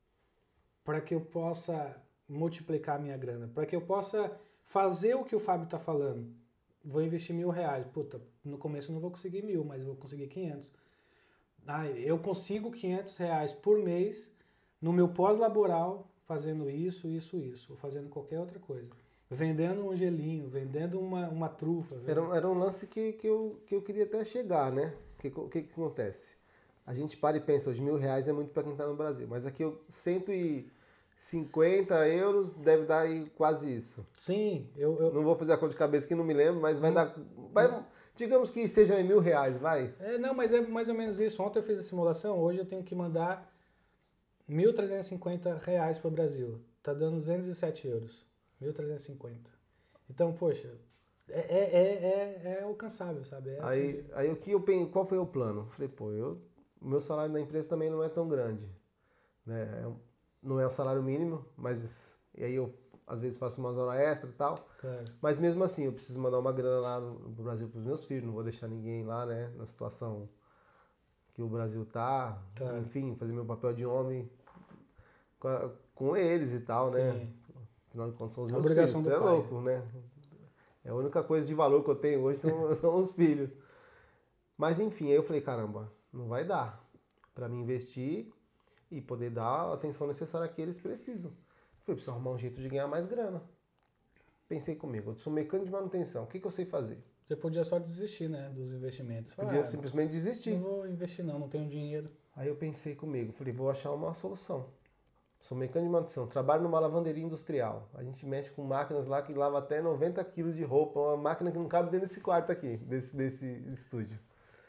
Para que eu possa multiplicar a minha grana, para que eu possa... fazer o que o Fábio está falando. Vou investir mil reais. Puta, no começo eu não vou conseguir mil, mas eu vou conseguir quinhentos. Ah, eu consigo quinhentos reais por mês no meu pós-laboral fazendo isso, isso, isso. Ou fazendo qualquer outra coisa. Vendendo um gelinho, vendendo uma, uma trufa. Era, era um lance que, que, eu, que eu queria até chegar, né? O que, que, que acontece? a gente para e pensa, os mil reais é muito para quem está no Brasil, mas aqui eu, cento e cinquenta euros deve dar aí quase isso. Sim, eu... eu... Não vou fazer a conta de cabeça que não me lembro, mas vai hum. dar... Vai, digamos que seja mil reais, vai. É, não, mas é mais ou menos isso. Ontem eu fiz a simulação, hoje eu tenho que mandar mil trezentos e cinquenta reais para o Brasil. Tá dando duzentos e sete euros. mil trezentos e cinquenta. Então, poxa, é, é, é, é alcançável, sabe? É aí, aí o que eu penso, qual foi o plano? Falei, pô, eu, o meu salário na empresa também não é tão grande. Né? Não é o salário mínimo, mas e aí eu às vezes faço umas horas extra e tal. Claro. Mas mesmo assim, eu preciso mandar uma grana lá no, no Brasil para os meus filhos, não vou deixar ninguém lá, né? Na situação que o Brasil tá. Claro. Enfim, fazer meu papel de homem com, a, com eles e tal, Sim. né? Afinal de contas, são os meus filhos. Isso é louco, né? É a única coisa de valor que eu tenho hoje são, são os filhos. Mas enfim, aí eu falei, caramba, não vai dar para mim investir e poder dar a atenção necessária que eles precisam. Eu falei, preciso arrumar um jeito de ganhar mais grana. Pensei comigo, eu sou mecânico de manutenção, o que, que eu sei fazer? Você podia só desistir, né, dos investimentos. Podia ah, simplesmente desistir. Não vou investir não, não tenho dinheiro. Aí eu pensei comigo, falei, vou achar uma solução. Sou mecânico de manutenção, trabalho numa lavanderia industrial. A gente mexe com máquinas lá que lava até noventa quilos de roupa, uma máquina que não cabe dentro desse quarto aqui, desse, desse estúdio.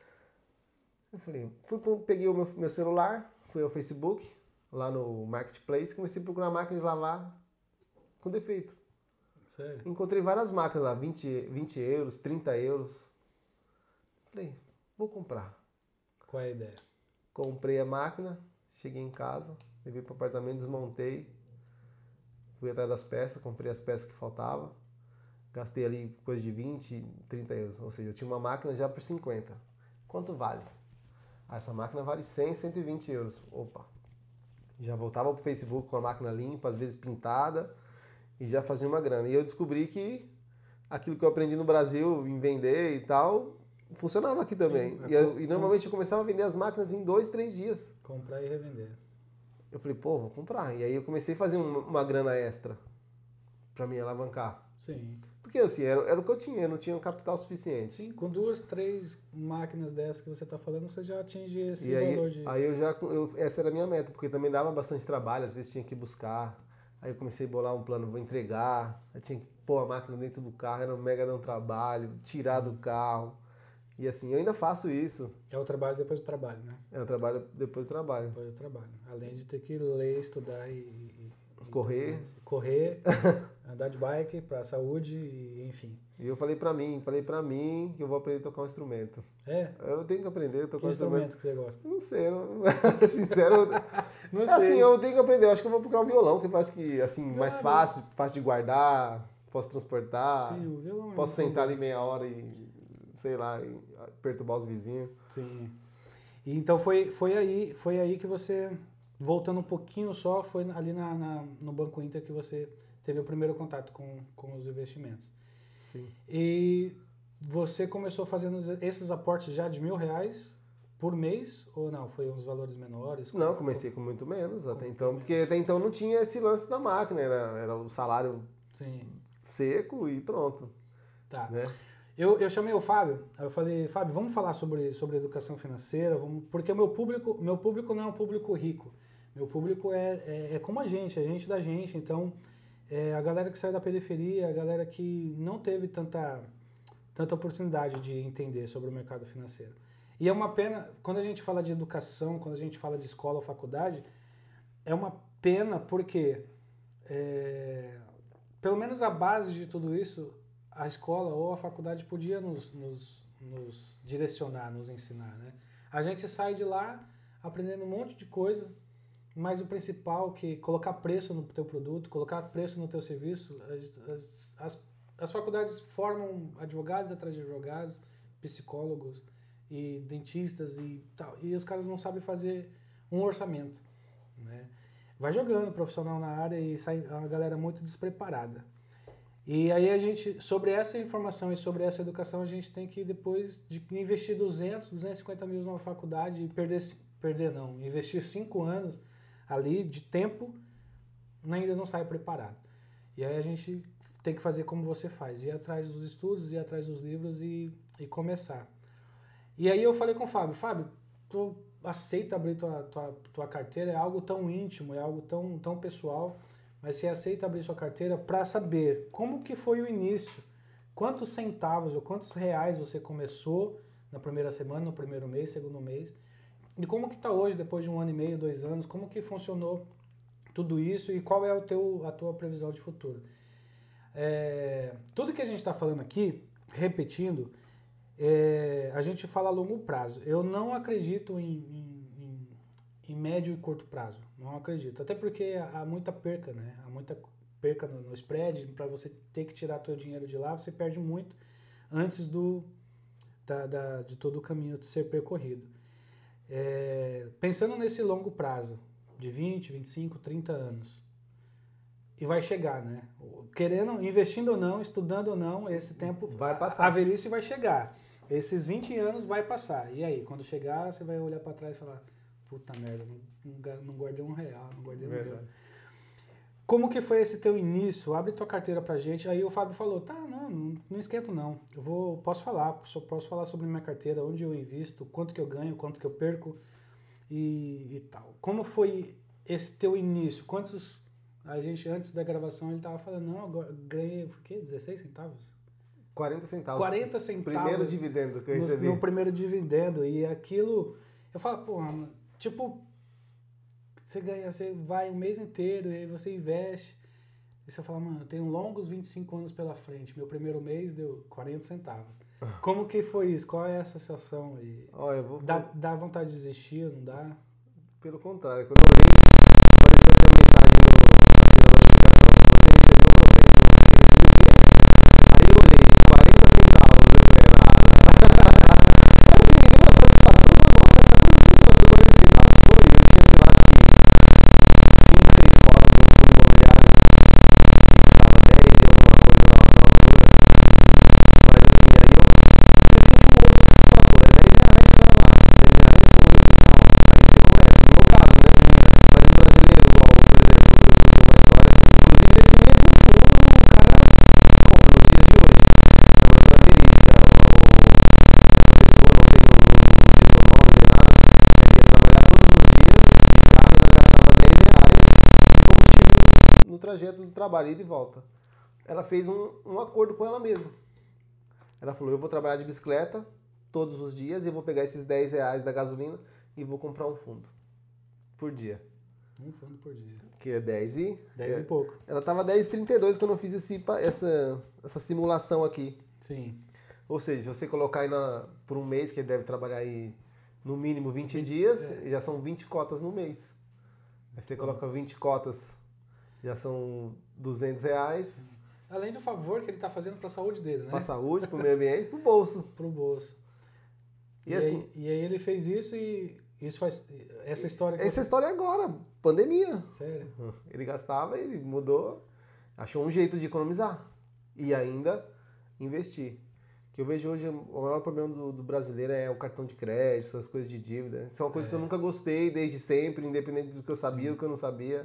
Eu falei, fui, peguei o meu, meu celular, fui ao Facebook, lá no Marketplace, comecei a procurar máquinas de lavar com defeito. Sério? Encontrei várias máquinas lá, vinte, vinte euros, trinta euros. Falei, vou comprar. Qual é a ideia? Comprei a máquina, cheguei em casa, levei para o apartamento, desmontei, fui atrás das peças, comprei as peças que faltavam, gastei ali coisa de vinte, trinta euros. Ou seja, eu tinha uma máquina já por cinquenta. Quanto vale? Ah, essa máquina vale cem, cento e vinte euros. Opa! Já voltava pro Facebook com a máquina limpa, às vezes pintada, e já fazia uma grana. E eu descobri que aquilo que eu aprendi no Brasil, em vender e tal, funcionava aqui também. Sim, e, eu, e normalmente eu começava a vender as máquinas em dois, três dias. Comprar e revender. Eu falei, pô, vou comprar. E aí eu comecei a fazer uma, uma grana extra pra me alavancar. Sim. Porque assim, era, era o que eu tinha, eu não tinha um capital suficiente. Sim, com duas, três máquinas dessas que você está falando, você já atinge esse e aí, valor de... aí eu já, eu, essa era a minha meta, porque também dava bastante trabalho, às vezes tinha que buscar. Aí eu comecei a bolar um plano, vou entregar, aí tinha que pôr a máquina dentro do carro, era um mega de um trabalho, tirar do carro. E assim, eu ainda faço isso. É o trabalho depois do trabalho, né? É o trabalho depois do trabalho. Depois do trabalho. Além de ter que ler, estudar e... e correr. E correr, andar de bike pra saúde, e, enfim. E eu falei pra mim, falei pra mim que eu vou aprender a tocar um instrumento. É? Eu tenho que aprender a tocar que um instrumento. instrumento que você gosta? Não sei, não... sincero. Não sei. Assim, eu tenho que aprender. Eu acho que eu vou procurar o violão, que eu acho que, assim, claro. mais fácil, fácil de guardar, posso transportar. Sim, o violão é posso sentar ali meia hora e, sei lá, e perturbar os vizinhos. Sim. E então foi, foi, aí, foi aí que você, voltando um pouquinho só, foi ali na, na, no Banco Inter que você teve o primeiro contato com, com os investimentos. Sim. E você começou fazendo esses aportes já de mil reais por mês ou não? Foi uns valores menores? Não, comecei com muito menos até então, porque até então não tinha esse lance da máquina, era, era o salário Sim. seco e pronto. Tá. Né? Eu, eu chamei o Fábio, eu falei, Fábio, vamos falar sobre, sobre educação financeira, vamos, porque o meu público, meu público não é um público rico, meu público é, é, é como a gente, a gente da gente, então é a galera que sai da periferia, a galera que não teve tanta, tanta oportunidade de entender sobre o mercado financeiro. E é uma pena, quando a gente fala de educação, quando a gente fala de escola ou faculdade, é uma pena porque, é, pelo menos a base de tudo isso, a escola ou a faculdade podia nos, nos, nos direcionar, nos ensinar, né? A gente sai de lá aprendendo um monte de coisa, mas o principal que colocar preço no teu produto, colocar preço no teu serviço, as, as, as faculdades formam advogados atrás de advogados, psicólogos e dentistas e tal, e os caras não sabem fazer um orçamento, né? Vai jogando profissional na área e sai uma galera muito despreparada. E aí a gente, sobre essa informação e sobre essa educação, a gente tem que depois de investir duzentos, duzentos e cinquenta mil numa faculdade e perder, perder não, investir cinco anos ali de tempo, ainda não sai preparado. E aí a gente tem que fazer como você faz, ir atrás dos estudos, ir atrás dos livros e, e começar. E aí eu falei com o Fábio, Fábio, tô aceita abrir tua, tua, tua carteira, é algo tão íntimo, é algo tão, tão pessoal, mas você aceita abrir sua carteira para saber como que foi o início, quantos centavos ou quantos reais você começou na primeira semana, no primeiro mês, segundo mês, e como que está hoje, depois de um ano e meio, dois anos, como que funcionou tudo isso e qual é o teu, a tua previsão de futuro. É, tudo que a gente está falando aqui, repetindo, é, a gente fala a longo prazo. Eu não acredito em, em, em, em médio e curto prazo, não acredito. Até porque há muita perca, né? Há muita perca no, no spread, para você ter que tirar teu dinheiro de lá, você perde muito antes do, da, da, de todo o caminho ser percorrido. É, pensando nesse longo prazo, de vinte, vinte e cinco, trinta anos, e vai chegar, né? Querendo, investindo ou não, estudando ou não, esse tempo, vai passar. A velhice vai chegar. Esses vinte anos vai passar. E aí, quando chegar, você vai olhar para trás e falar, puta merda, não, não guardei um real, não guardei um real. Como que foi esse teu início? Abre tua carteira pra gente. Aí o Fábio falou, tá, não, não, não esquento não. Eu vou, posso falar, posso falar sobre minha carteira, onde eu invisto, quanto que eu ganho, quanto que eu perco e, e tal. Como foi esse teu início? Quantos... A gente, antes da gravação, ele tava falando, não, agora ganhei, o quê? dezesseis centavos? quarenta centavos. quarenta centavos. Primeiro dividendo que eu recebi. No, no primeiro dividendo. E aquilo, eu falo, porra, tipo, você ganha, você vai o mês inteiro e aí você investe. E você fala, mano, eu tenho longos vinte e cinco anos pela frente. Meu primeiro mês deu quarenta centavos. Como que foi isso? Qual é essa sensação aí? Oh, eu vou... dá, dá vontade de desistir, não dá? Pelo contrário, quando eu trajeto do trabalho, ida e volta. Ela fez um, um acordo com ela mesma. Ela falou, eu vou trabalhar de bicicleta todos os dias e vou pegar esses dez reais da gasolina e vou comprar um fundo por dia. Um fundo por dia. Que é dez e... dez é, e pouco. Ela tava dez e trinta e dois quando eu fiz esse, essa, essa simulação aqui. Sim. Ou seja, se você colocar aí na, por um mês, que ele deve trabalhar aí no mínimo vinte, vinte dias, é. já são vinte cotas no mês. Aí você coloca vinte cotas... Já são duzentos reais. Além do favor que ele está fazendo para a saúde dele, né? Para a saúde, para o meio ambiente, para o bolso. Para o bolso. E, e, assim, aí, e aí ele fez isso e isso faz... Essa história... Essa você... história é agora, pandemia. Sério? Ele gastava, ele mudou, achou um jeito de economizar. E ainda investir. Que eu vejo hoje, o maior problema do, do brasileiro é o cartão de crédito, essas coisas de dívida. Isso é uma coisa é. que eu nunca gostei desde sempre, independente do que eu sabia ou do que eu não sabia.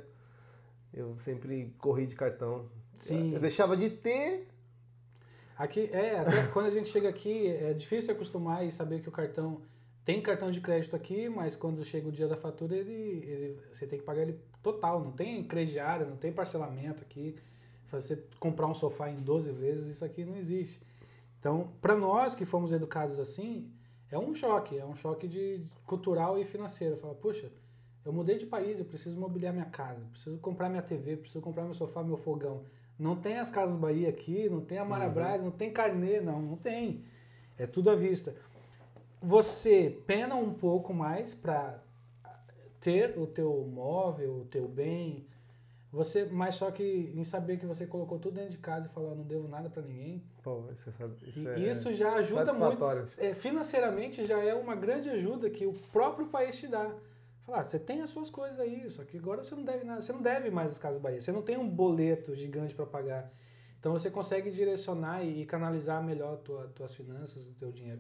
Eu sempre corri de cartão. Sim. Eu, eu deixava de ter. Aqui, é, até quando a gente chega aqui, é difícil acostumar e saber que o cartão... Tem cartão de crédito aqui, mas quando chega o dia da fatura, ele, ele, você tem que pagar ele total. Não tem crediário, não tem parcelamento aqui. Você comprar um sofá em doze vezes, isso aqui não existe. Então, para nós que fomos educados assim, é um choque. É um choque de cultural e financeiro. Fala, puxa... Eu mudei de país, eu preciso mobiliar minha casa, preciso comprar minha T V, preciso comprar meu sofá, meu fogão. Não tem as Casas Bahia aqui, não tem a Marabras, uhum. não tem carnê, não, não tem. É tudo à vista. Você pena um pouco mais para ter o teu móvel, o teu bem, você, mas só que em saber que você colocou tudo dentro de casa e falou, não devo nada para ninguém. Pô, isso, é, isso, e é isso já ajuda muito. É, financeiramente já é uma grande ajuda que o próprio país te dá. Falar, você tem as suas coisas aí, só que agora você não deve nada, você não deve mais as Casas Bahia, você não tem um boleto gigante para pagar. Então você consegue direcionar e, e canalizar melhor tua, tuas finanças, o teu dinheiro.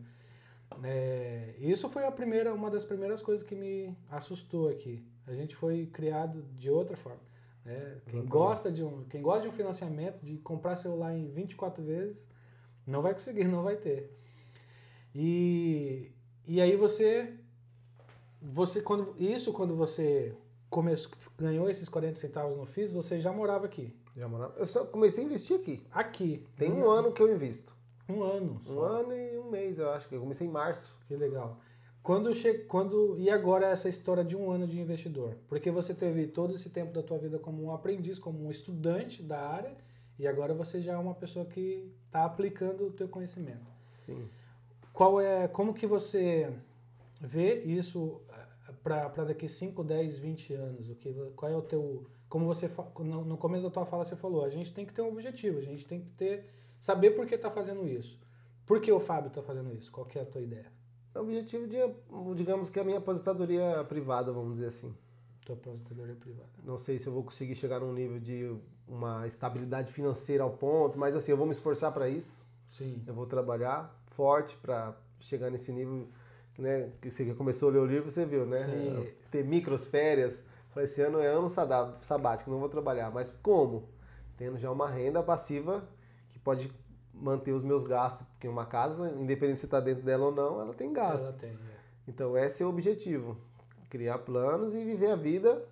É, isso foi a primeira, uma das primeiras coisas que me assustou aqui. A gente foi criado de outra forma. Né? Quem, gosta de um, quem gosta de um financiamento, de comprar celular em vinte e quatro vezes, não vai conseguir, não vai ter. E, e aí você... você, quando, isso quando você começou, ganhou esses quarenta centavos no F I S, você já morava aqui? Já morava. Eu só comecei a investir aqui. Aqui. Tem um ano que eu invisto. Um ano Um só. ano e um mês, eu acho que eu comecei em março. Que legal. Quando che... quando e agora essa história de um ano de investidor? Porque você teve todo esse tempo da tua vida como um aprendiz, como um estudante da área, e agora você já é uma pessoa que está aplicando o teu conhecimento. Sim. Qual é, como que você vê isso para daqui cinco, dez, vinte anos? O que, qual é o teu, como você no, no começo da tua fala você falou, a gente tem que ter um objetivo, a gente tem que ter saber por que está fazendo isso. Por que o Fábio está fazendo isso? Qual que é a tua ideia? O objetivo de, digamos que a minha aposentadoria privada, vamos dizer assim. Tua aposentadoria privada. Não sei se eu vou conseguir chegar num nível de uma estabilidade financeira ao ponto, mas assim, eu vou me esforçar para isso. Sim. Eu vou trabalhar forte para chegar nesse nível, né? Que você começou a ler o livro, você viu, né? Sim. Ter micros férias. Falei, esse ano é ano sabático, não vou trabalhar. Mas como? Tendo já uma renda passiva que pode manter os meus gastos, porque uma casa, independente se está dentro dela ou não, ela tem gasto. Ela tem, é. Então esse é o objetivo, criar planos e viver a vida,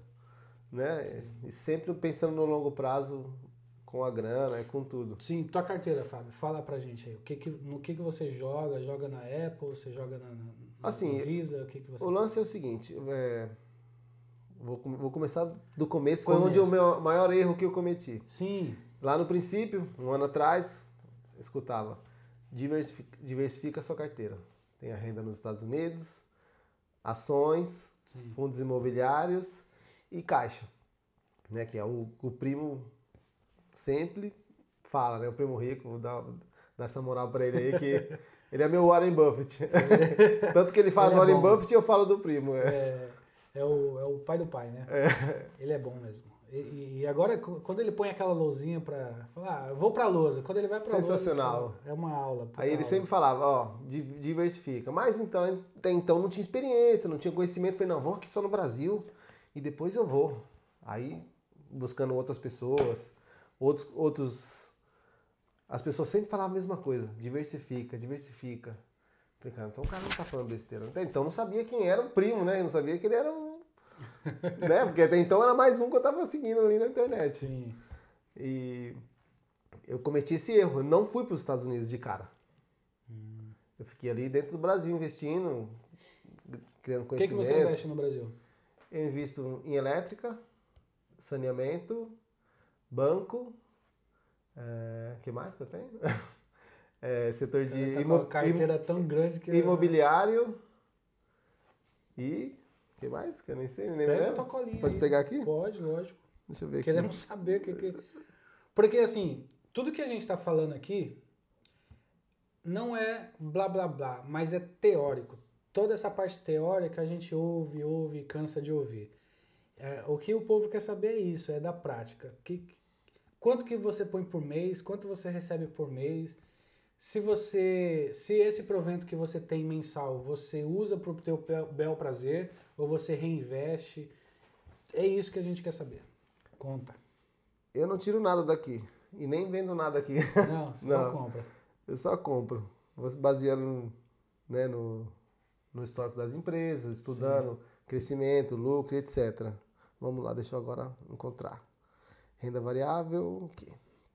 né? E sempre pensando no longo prazo, com a grana e com tudo. Sim, tua carteira, Fábio, fala pra gente aí, o que que, no que que você joga? Joga na Apple, você joga na, na, assim, na Visa, o que que você... O lance é o seguinte, é, vou, vou começar do começo, Começo. foi onde o meu maior erro que eu cometi. Sim. Lá no princípio, um ano atrás, eu escutava, diversifica, diversifica a sua carteira. Tem a renda nos Estados Unidos, ações, Sim. fundos imobiliários e caixa, né? Que é o, o primo sempre fala, né? O primo rico, vou dar, dar essa moral pra ele aí, que ele é meu Warren Buffett. Tanto que ele fala Ele do é Warren bom. Buffett e eu falo do primo. É, É, é, o, é o pai do pai, né? é. Ele é bom mesmo. E, e agora, quando ele põe aquela lousinha pra falar, ah, eu vou pra lousa. Quando ele vai pra lousa, Sensacional. é uma aula. puta Aí ele aula. sempre falava, ó, di- diversifica. Mas então, até então não tinha experiência, não tinha conhecimento. Falei, não, vou aqui só no Brasil e depois eu vou. Aí, buscando outras pessoas, outros, outros... As pessoas sempre falavam a mesma coisa, diversifica, diversifica. Falei, cara, então o cara não tá falando besteira. Até então eu não sabia quem era o primo, né? Eu não sabia que ele era um... né? Porque até então era mais um que eu tava seguindo ali na internet. Sim. E eu cometi esse erro. Eu não fui para os Estados Unidos de cara. Hum. Eu fiquei ali dentro do Brasil investindo, criando O que, que conhecimento. você investe no Brasil? Eu invisto em elétrica, saneamento, banco. O que mais que eu tenho? É, setor de Tá imo- com a carteira tão grande que... imobiliário e... O que mais? Que eu nem sei, nem me Pega a lembro. tua colinha Pode aí. pegar aqui? Pode, lógico. Deixa eu ver aqui. Queremos saber o que, que... Porque, assim, tudo que a gente está falando aqui não é blá, blá, blá, mas é teórico. Toda essa parte teórica a gente ouve, ouve e cansa de ouvir. É, o que o povo quer saber é isso, é da prática. Que, quanto que você põe por mês, quanto você recebe por mês, se você, se esse provento que você tem mensal, você usa para o teu bel prazer ou você reinveste, é isso que a gente quer saber. Conta. Eu não tiro nada daqui e nem vendo nada aqui. Não, você Não. só compra. Eu só compro. Vou se baseando, né, no, no histórico das empresas, estudando Sim. crescimento, lucro, etcétera. Vamos lá, deixa eu agora encontrar. Renda variável, o quê?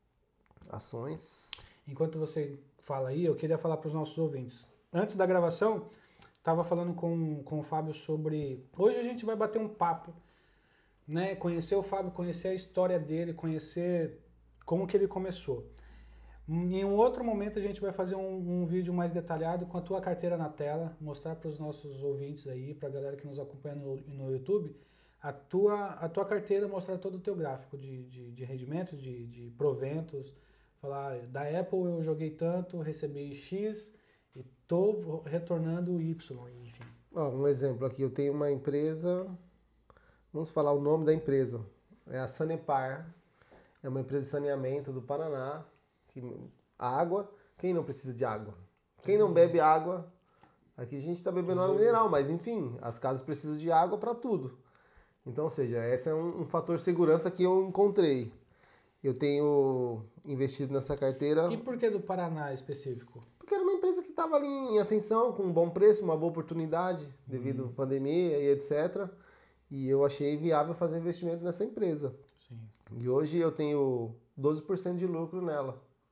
Ações. Enquanto você fala aí, eu queria falar para os nossos ouvintes. Antes da gravação, estava falando com, com o Fábio sobre... Hoje a gente vai bater um papo, né? Conhecer o Fábio, conhecer a história dele, conhecer como que ele começou. Em um outro momento a gente vai fazer um, um vídeo mais detalhado com a tua carteira na tela, mostrar para os nossos ouvintes aí, para a galera que nos acompanha no, no YouTube, a tua, a tua carteira, mostrar todo o teu gráfico de, de, de rendimentos, de, de proventos, falar, da Apple eu joguei tanto, recebi X e tô retornando Y, enfim. Ó, um exemplo aqui, eu tenho uma empresa, vamos falar o nome da empresa, é a Sanepar, é uma empresa de saneamento do Paraná, que, a água, quem não precisa de água? Quem não bebe água, aqui a gente está bebendo água mineral, mas enfim, as casas precisam de água para tudo. Então, ou seja, esse é um, um fator de segurança que eu encontrei. Eu tenho investido nessa carteira... E por que do Paraná específico? Porque era uma empresa que estava ali em ascensão, com um bom preço, uma boa oportunidade, devido à Uhum. pandemia e etcétera. E eu achei viável fazer investimento nessa empresa. Sim. E hoje eu tenho doze por cento de lucro nela.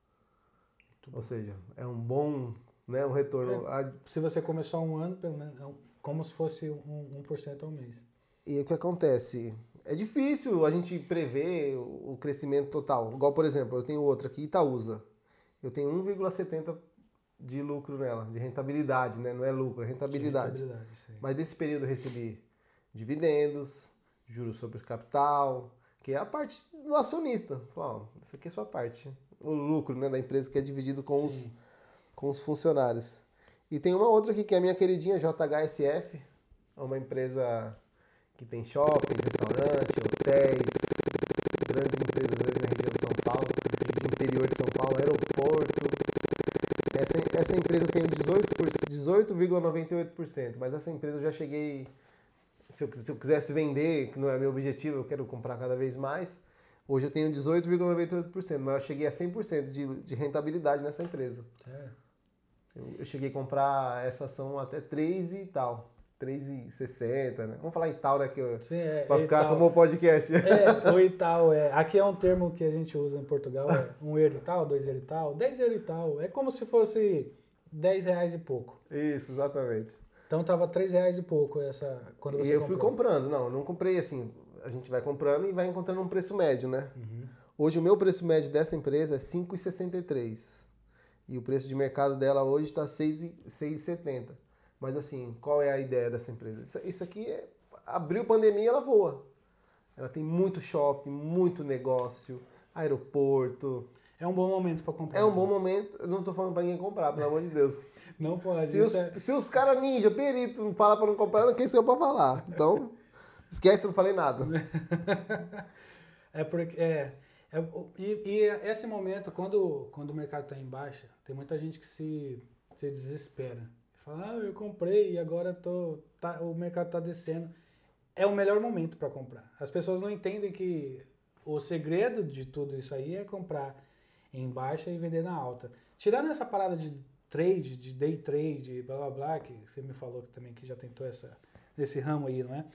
Muito bom. Ou seja, é um bom, né, um retorno. É, se você começou há um ano, pelo menos, é um- como se fosse um, um por cento ao mês. E o que acontece? É difícil a gente prever o crescimento total. Igual, por exemplo, eu tenho outra aqui, Itaúsa. Eu tenho um vírgula setenta de lucro nela, de rentabilidade, né? Não é lucro, é rentabilidade. De rentabilidade, sim. Mas nesse período eu recebi dividendos, juros sobre capital, que é a parte do acionista. Fala, ó, isso aqui é a sua parte. O lucro, né, da empresa que é dividido com os, com os funcionários. E tem uma outra aqui que é a minha queridinha J H S F. É uma empresa que tem shoppings, restaurantes, hotéis, grandes empresas ali na região de São Paulo, interior de São Paulo, aeroporto. Essa, essa empresa tem dezoito vírgula noventa e oito por cento, mas essa empresa eu já cheguei, se eu, se eu quisesse vender, que não é meu objetivo, eu quero comprar cada vez mais, hoje eu tenho dezoito vírgula noventa e oito por cento, mas eu cheguei a cem por cento de, de rentabilidade nessa empresa. Sério? Eu, eu cheguei a comprar essa ação até três e tal. três e sessenta, né? Vamos falar em tal, né? Que eu, Sim, é, pra ficar tal. como podcast. É, o Ital, é. Aqui é um termo que a gente usa em Portugal, é um euro e tal, dois euro e tal, dez euro e tal. É como se fosse dez reais e pouco. Isso, exatamente. Então tava três reais e pouco essa, quando você E eu comprou. fui comprando. Não, eu não comprei assim. A gente vai comprando e vai encontrando um preço médio, né? Uhum. Hoje o meu preço médio dessa empresa é cinco reais e sessenta e três. E o preço de mercado dela hoje está seis reais e setenta. Mas assim, qual é a ideia dessa empresa? Isso, isso aqui é... Abriu pandemia, ela voa. Ela tem muito shopping, muito negócio, aeroporto. É um bom momento para comprar. É um bom momento. Eu não estou falando para ninguém comprar, pelo amor de Deus. Não pode. Se os, é... se os caras ninja, perito, não falam para não comprar, quem sou eu para falar? Então, esquece, eu não falei nada. é porque... É, é, e, e esse momento, quando, quando o mercado está em baixa, tem muita gente que se, se desespera. Fala, ah, eu comprei e agora tô, tá, o mercado está descendo. É o melhor momento para comprar. As pessoas não entendem que o segredo de tudo isso aí é comprar em baixa e vender na alta. Tirando essa parada de trade, de day trade, blá blá blá, que você me falou que também que já tentou essa, esse ramo aí, não é?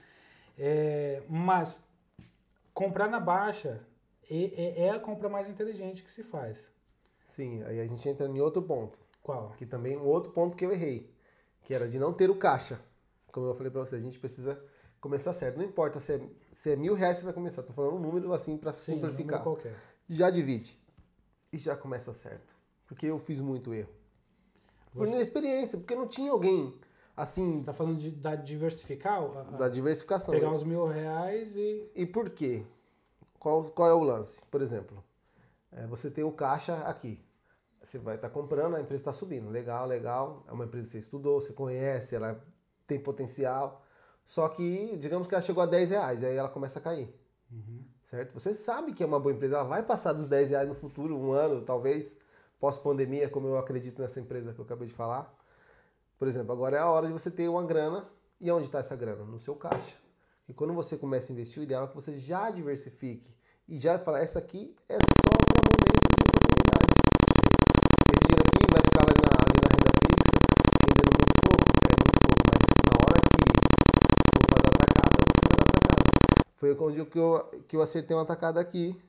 é mas comprar na baixa é, é a compra mais inteligente que se faz. Sim, aí a gente entra em outro ponto. Qual? Que também um outro ponto que eu errei. Que era de não ter o caixa. Como eu falei pra você, a gente precisa começar certo. Não importa se é, se é mil reais você vai começar. Tô falando um número assim pra Sim, simplificar. Um qualquer. Já divide. E já começa certo. Porque eu fiz muito erro. Por Você... minha experiência. Porque não tinha alguém assim... Você tá falando de, da diversificar? A, a, da diversificação. Pegar uns mil reais e... E por quê? Qual, qual é o lance? Por exemplo, é, você tem o caixa aqui. Você vai estar tá comprando, a empresa está subindo. Legal, legal. É uma empresa que você estudou, você conhece, ela tem potencial. Só que, digamos que ela chegou a dez reais, aí ela começa a cair. Uhum. Certo? Você sabe que é uma boa empresa, ela vai passar dos dez reais no futuro, um ano, talvez, pós-pandemia, como eu acredito nessa empresa que eu acabei de falar. Por exemplo, agora é a hora de você ter uma grana. E onde está essa grana? No seu caixa. E quando você começa a investir, o ideal é que você já diversifique. E já fala, essa aqui é só para momentos de oportunidade. Esse dinheiro aqui vai ficar ali na, ali na renda fixa, rendendo muito pouco, é muito pouco, mas na hora que for para dar atacada, você vai dar atacada. Foi onde que eu, que eu acertei uma atacada aqui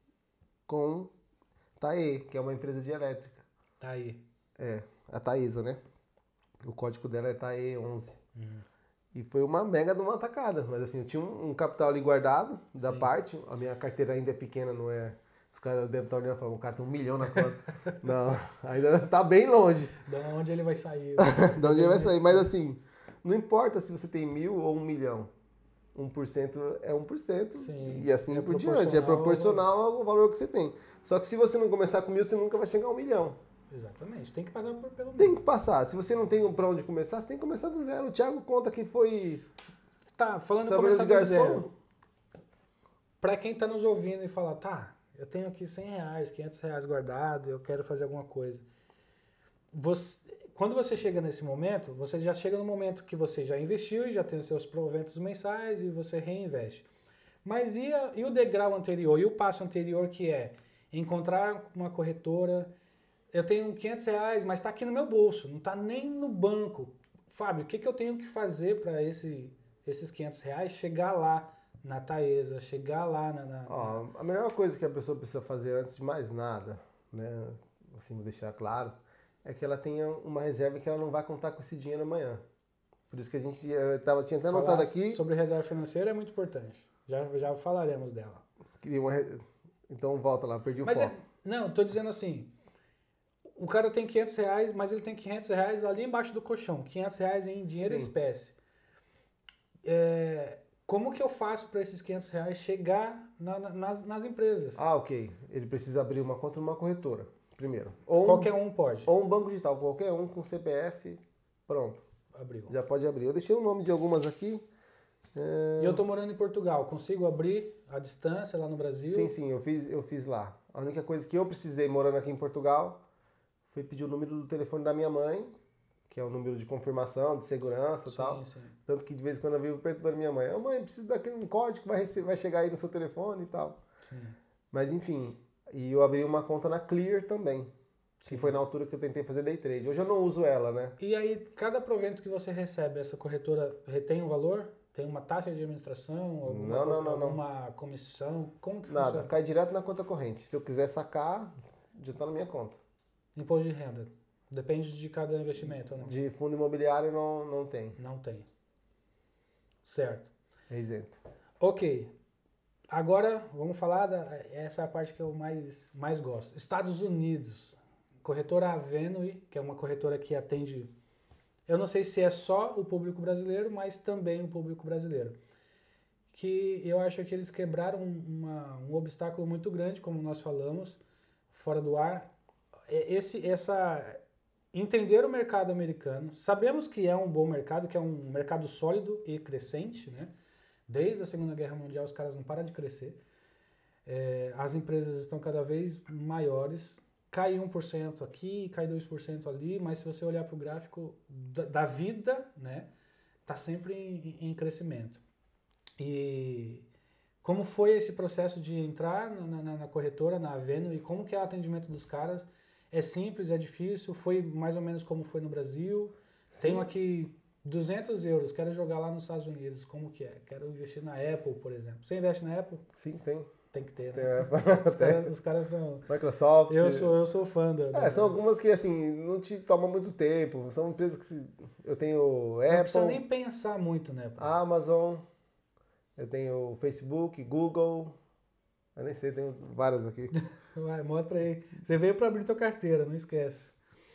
com Tae, que é uma empresa de elétrica. Tá aí. É, a Taesa, né? O código dela é Tae onze. Uhum. E foi uma mega de uma atacada. Mas assim, eu tinha um, um capital ali guardado da Sim. parte. A minha carteira ainda é pequena, não é... Os caras devem estar olhando e falando, o cara tem um milhão na conta. Não, ainda tá bem longe. Da onde ele vai sair? De onde ele vai sair. Mas assim, não importa se você tem mil ou um milhão. um por cento é um por cento. Sim, e assim é por diante. É proporcional ao valor que você tem. Só que se você não começar com mil, você nunca vai chegar a um milhão. Exatamente. Tem que passar por pelo menos. Tem que passar. Se você não tem pra onde começar, você tem que começar do zero. O Thiago conta que foi... Tá, falando em trabalhando começar de do garçom. zero. Pra quem tá nos ouvindo e fala, tá, eu tenho aqui cem reais, quinhentos reais guardado, eu quero fazer alguma coisa. Você, quando você chega nesse momento, você já chega no momento que você já investiu e já tem os seus proventos mensais e você reinveste. Mas e, a, e o degrau anterior, e o passo anterior que é encontrar uma corretora, eu tenho quinhentos reais, mas está aqui no meu bolso, não está nem no banco. Fábio, o que, que eu tenho que fazer para esse, esses quinhentos reais chegar lá na Taesa, chegar lá na... na, Ó, na... a melhor coisa que a pessoa precisa fazer antes de mais nada, né, assim, vou deixar claro, é que ela tenha uma reserva que ela não vai contar com esse dinheiro amanhã. Por isso que a gente eu tava, tinha até Falar anotado aqui. sobre reserva financeira é muito importante. Já, já falaremos dela. Uma, então volta lá, perdi o mas foco. É, não, estou dizendo assim, o cara tem quinhentos reais, mas ele tem quinhentos reais ali embaixo do colchão, quinhentos reais em dinheiro em espécie. É, como que eu faço para esses quinhentos reais chegar na, na, nas, nas empresas? Ah, ok. Ele precisa abrir uma conta numa corretora, primeiro. Ou qualquer um, um pode. Ou um banco digital, qualquer um com C P F, pronto. Abriu. Já pode abrir. Eu deixei o nome de algumas aqui. É... E eu estou morando em Portugal, consigo abrir à distância lá no Brasil? Sim, sim, eu fiz, eu fiz lá. A única coisa que eu precisei morando aqui em Portugal foi pedir o número do telefone da minha mãe, que é o número de confirmação, de segurança e tal. Sim. Tanto que de vez em quando eu vivo perturbando minha mãe. Ô, mãe, preciso daquele código que vai, receber, vai chegar aí no seu telefone e tal. Sim. Mas enfim, e eu abri uma conta na Clear também, que Sim. foi na altura que eu tentei fazer day trade. Hoje eu não uso ela, né? E aí, cada provento que você recebe, essa corretora retém um valor? Tem uma taxa de administração? Alguma, não, não, não, alguma não. comissão? Como que Nada, funciona? cai direto na conta corrente. Se eu quiser sacar, já está na minha conta. Imposto de renda? Depende de cada investimento ou não? De fundo imobiliário não, não tem. Não tem. Certo. É isento. Ok. Agora, vamos falar, da, essa é a parte que eu mais, mais gosto. Estados Unidos. Corretora Avenue, que é uma corretora que atende... Eu não sei se é só o público brasileiro, mas também o público brasileiro. Que eu acho que eles quebraram uma, um obstáculo muito grande, como nós falamos, fora do ar. Esse, essa, entender o mercado americano. Sabemos que é um bom mercado, que é um mercado sólido e crescente, né? Desde a Segunda Guerra Mundial os caras não param de crescer. É, as empresas estão cada vez maiores. Cai um por cento aqui, cai dois por cento ali, mas se você olhar para o gráfico da, da vida, né, tá sempre em, em crescimento. E como foi esse processo de entrar na, na, na corretora, na Avenue, e como que é o atendimento dos caras? É simples, é difícil? Foi mais ou menos como foi no Brasil? Sim. Tenho aqui duzentos euros, quero jogar lá nos Estados Unidos, como que é? Quero investir na Apple, por exemplo. Você investe na Apple? Sim, tem. Tem que ter, tem, né? é. Os caras cara são... Microsoft. Eu sou, eu sou fã da... É, são algumas que, assim, não te tomam muito tempo. São empresas que... Se... Eu tenho Apple... Não precisa nem pensar muito, né? Pô? Amazon. Eu tenho Facebook, Google... Eu nem sei, tenho várias aqui. Vai, mostra aí. Você veio para abrir tua carteira, não esquece.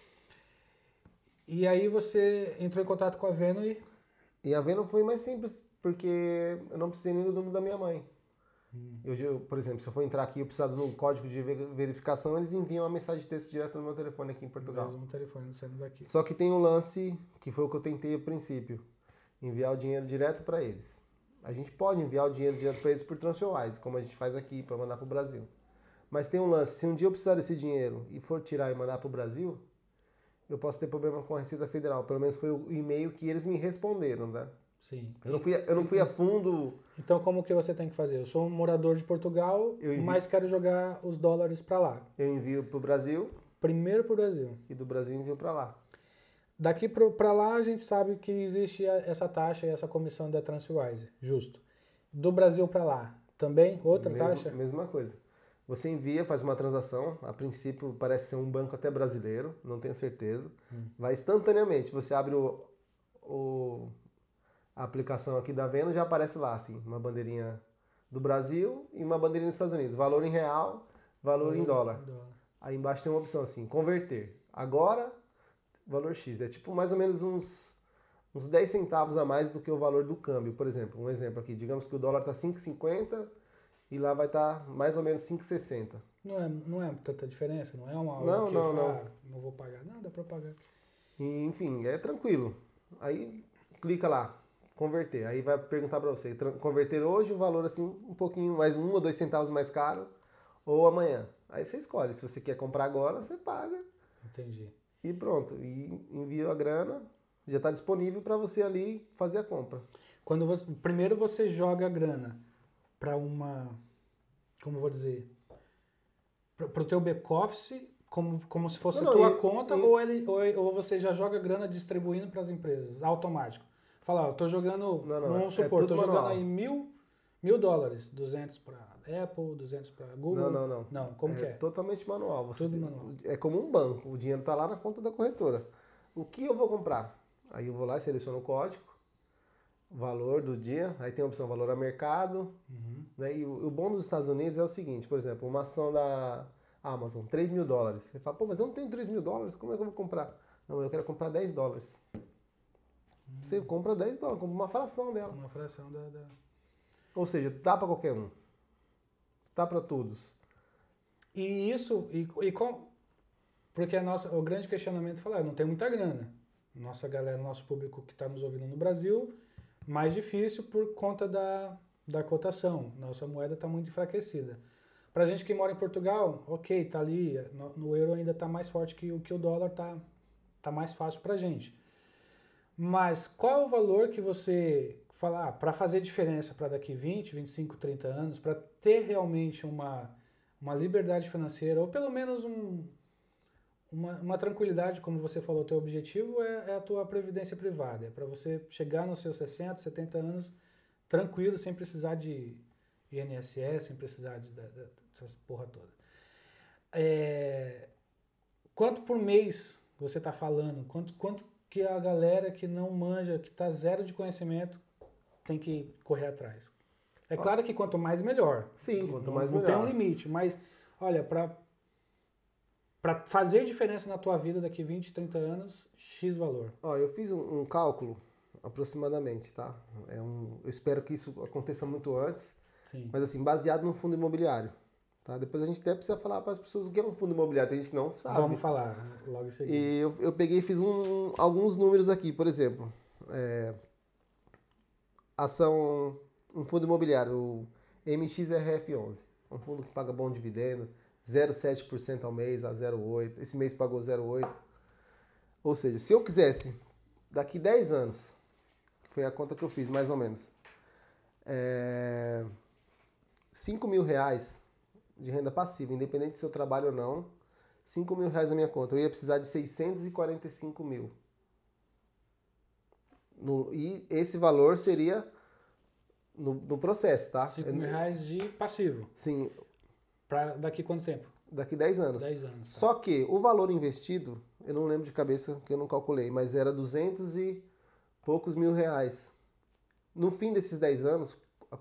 E aí você entrou em contato com a Avenue? E a Avenue foi mais simples, porque eu não precisei nem do número da minha mãe. Hum. Eu, por exemplo, se eu for entrar aqui e eu precisar do código de verificação, eles enviam uma mensagem de texto direto no meu telefone aqui em Portugal. Mesmo telefone saindo daqui. Só que tem um lance, que foi o que eu tentei a princípio, enviar o dinheiro direto para eles. A gente pode enviar o dinheiro direto para eles por TransferWise, como a gente faz aqui para mandar para o Brasil. Mas tem um lance, se um dia eu precisar desse dinheiro e for tirar e mandar para o Brasil, eu posso ter problema com a Receita Federal. Pelo menos foi o e-mail que eles me responderam, né? Sim. Eu não fui, eu não fui a fundo... Então como que você tem que fazer? Eu sou um morador de Portugal, mas quero jogar os dólares para lá. Eu envio para o Brasil. Primeiro para o Brasil. E do Brasil envio para lá. Daqui para lá a gente sabe que existe essa taxa e essa comissão da TransferWise, justo. Do Brasil para lá, também outra Mesma, taxa? Mesma coisa. Você envia, faz uma transação, a princípio parece ser um banco até brasileiro, não tenho certeza. Hum. Vai instantaneamente, você abre o, o, a aplicação aqui da Veno, já aparece lá, assim, uma bandeirinha do Brasil e uma bandeirinha dos Estados Unidos. Valor em real, valor hum, em dólar. dólar. Aí embaixo tem uma opção assim, converter. Agora... valor X, é tipo mais ou menos uns, uns dez centavos a mais do que o valor do câmbio, por exemplo. Um exemplo aqui, digamos que o dólar está cinco e cinquenta e lá vai estar tá mais ou menos cinco e sessenta. Não é, não é tanta diferença, não é uma não, que não, eu não. Falo, não vou pagar, não, dá para pagar. E, enfim, é tranquilo. Aí clica lá, converter, aí vai perguntar para você, converter hoje um valor assim um pouquinho mais, um ou dois centavos mais caro, ou amanhã. Aí você escolhe, se você quer comprar agora, você paga. Entendi. E pronto, e envia a grana, já está disponível para você ali fazer a compra. Quando você, primeiro você joga a grana para uma, como eu vou dizer, para o teu back-office, como, como se fosse Não, tua não, e- conta e- ou, ele, ou, ou você já joga grana distribuindo para as empresas, automático. Fala, ó, eu tô jogando, Não, não, vamos é supor, tudo tô jogando manual. aí mil, mil dólares, duzentos para Apple, duzentos para Google. Não, não, não. Não, como é que é? totalmente manual. Você Tudo tem- manual. É como um banco. O dinheiro está lá na conta da corretora. O que eu vou comprar? Aí eu vou lá e seleciono o código, valor do dia. Aí tem a opção valor a mercado. Uhum. Né? E o, o bom dos Estados Unidos é o seguinte, por exemplo, uma ação da Amazon, três mil dólares. Você fala, pô, mas eu não tenho três mil dólares, como é que eu vou comprar? Não, eu quero comprar dez dólares. Você compra dez dólares, compra uma fração dela. Uma fração da... da... Ou seja, dá para qualquer um. Dá para todos. E isso, e, e com, porque a nossa, o grande questionamento é falar, não tem muita grana. Nossa galera, nosso público que está nos ouvindo no Brasil, mais difícil por conta da, da cotação. Nossa moeda está muito enfraquecida. Para gente que mora em Portugal, ok, tá ali, no, no euro ainda está mais forte que o que o dólar, tá, tá mais fácil para gente. Mas qual é o valor que você fala, ah, para fazer diferença para daqui vinte, vinte e cinco, trinta anos, para ter realmente uma, uma liberdade financeira, ou pelo menos um, uma, uma tranquilidade, como você falou, o teu objetivo é, é a tua previdência privada, é para você chegar nos seus sessenta, setenta anos tranquilo, sem precisar de I N S S, sem precisar de, de, de, dessas porra toda. É, quanto por mês você está falando? Quanto, quanto que a galera que não manja, que está zero de conhecimento, tem que correr atrás? É claro que quanto mais, melhor. Sim, quanto não, mais, não melhor. Não tem um limite, mas, olha, para para fazer diferença na tua vida daqui vinte, trinta anos, X valor. Ó, eu fiz um, um cálculo, aproximadamente, tá? É um, eu espero que isso aconteça muito antes, Sim. mas assim, baseado num fundo imobiliário. Tá? Depois a gente até precisa falar para as pessoas o que é um fundo imobiliário, tem gente que não sabe. Vamos falar logo em seguida. E eu, eu peguei e fiz um, alguns números aqui, por exemplo, é, ação, um fundo imobiliário, o M X R F onze, um fundo que paga bom dividendo, zero vírgula sete por cento ao mês a zero vírgula oito por cento, esse mês pagou zero vírgula oito por cento. Ou seja, se eu quisesse, daqui dez anos, que foi a conta que eu fiz mais ou menos, é, cinco mil reais de renda passiva, independente se eu trabalho ou não, cinco mil reais na minha conta, eu ia precisar de seiscentos e quarenta e cinco mil. No, e esse valor seria no, no processo, tá? cinco mil reais de passivo. Sim. Para daqui quanto tempo? Daqui dez anos. dez anos. Tá. Só que o valor investido, eu não lembro de cabeça, que eu não calculei, mas era duzentos e poucos mil reais. No fim desses dez anos,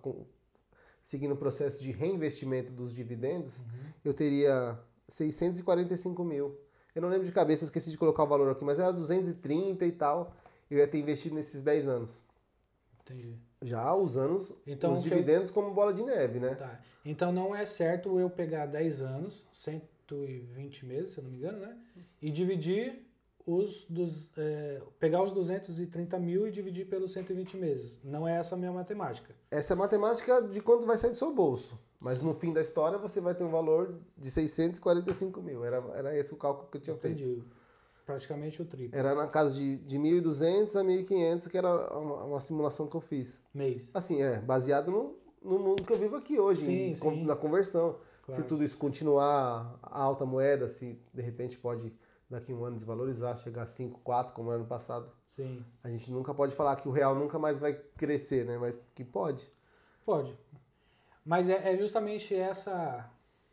seguindo o processo de reinvestimento dos dividendos, uhum. eu teria seiscentos e quarenta e cinco mil. Eu não lembro de cabeça, esqueci de colocar o valor aqui, mas era duzentos e trinta e tal. Eu ia ter investido nesses dez anos. Entendi. Já usando os, então, os dividendos eu... como bola de neve, né? Tá. Então não é certo eu pegar dez anos, cento e vinte meses, se eu não me engano, né? E dividir os dos. É, pegar os duzentos e trinta mil e dividir pelos cento e vinte meses. Não é essa a minha matemática. Essa é a matemática de quanto vai sair do seu bolso. Mas no fim da história você vai ter um valor de seiscentos e quarenta e cinco mil. Era, era esse o cálculo que eu tinha Entendi. feito. Praticamente o triplo. Era na casa de, de mil e duzentos a mil e quinhentos, que era uma, uma simulação que eu fiz. Mês. Assim, é, baseado no, no mundo que eu vivo aqui hoje, sim, em, sim. na conversão. Claro. Se tudo isso continuar a alta moeda, se de repente pode daqui a um ano desvalorizar, chegar a cinco, quatro, como era no passado. Sim. A gente nunca pode falar que o real nunca mais vai crescer, né? Mas que pode. Pode. Mas é, é justamente essa,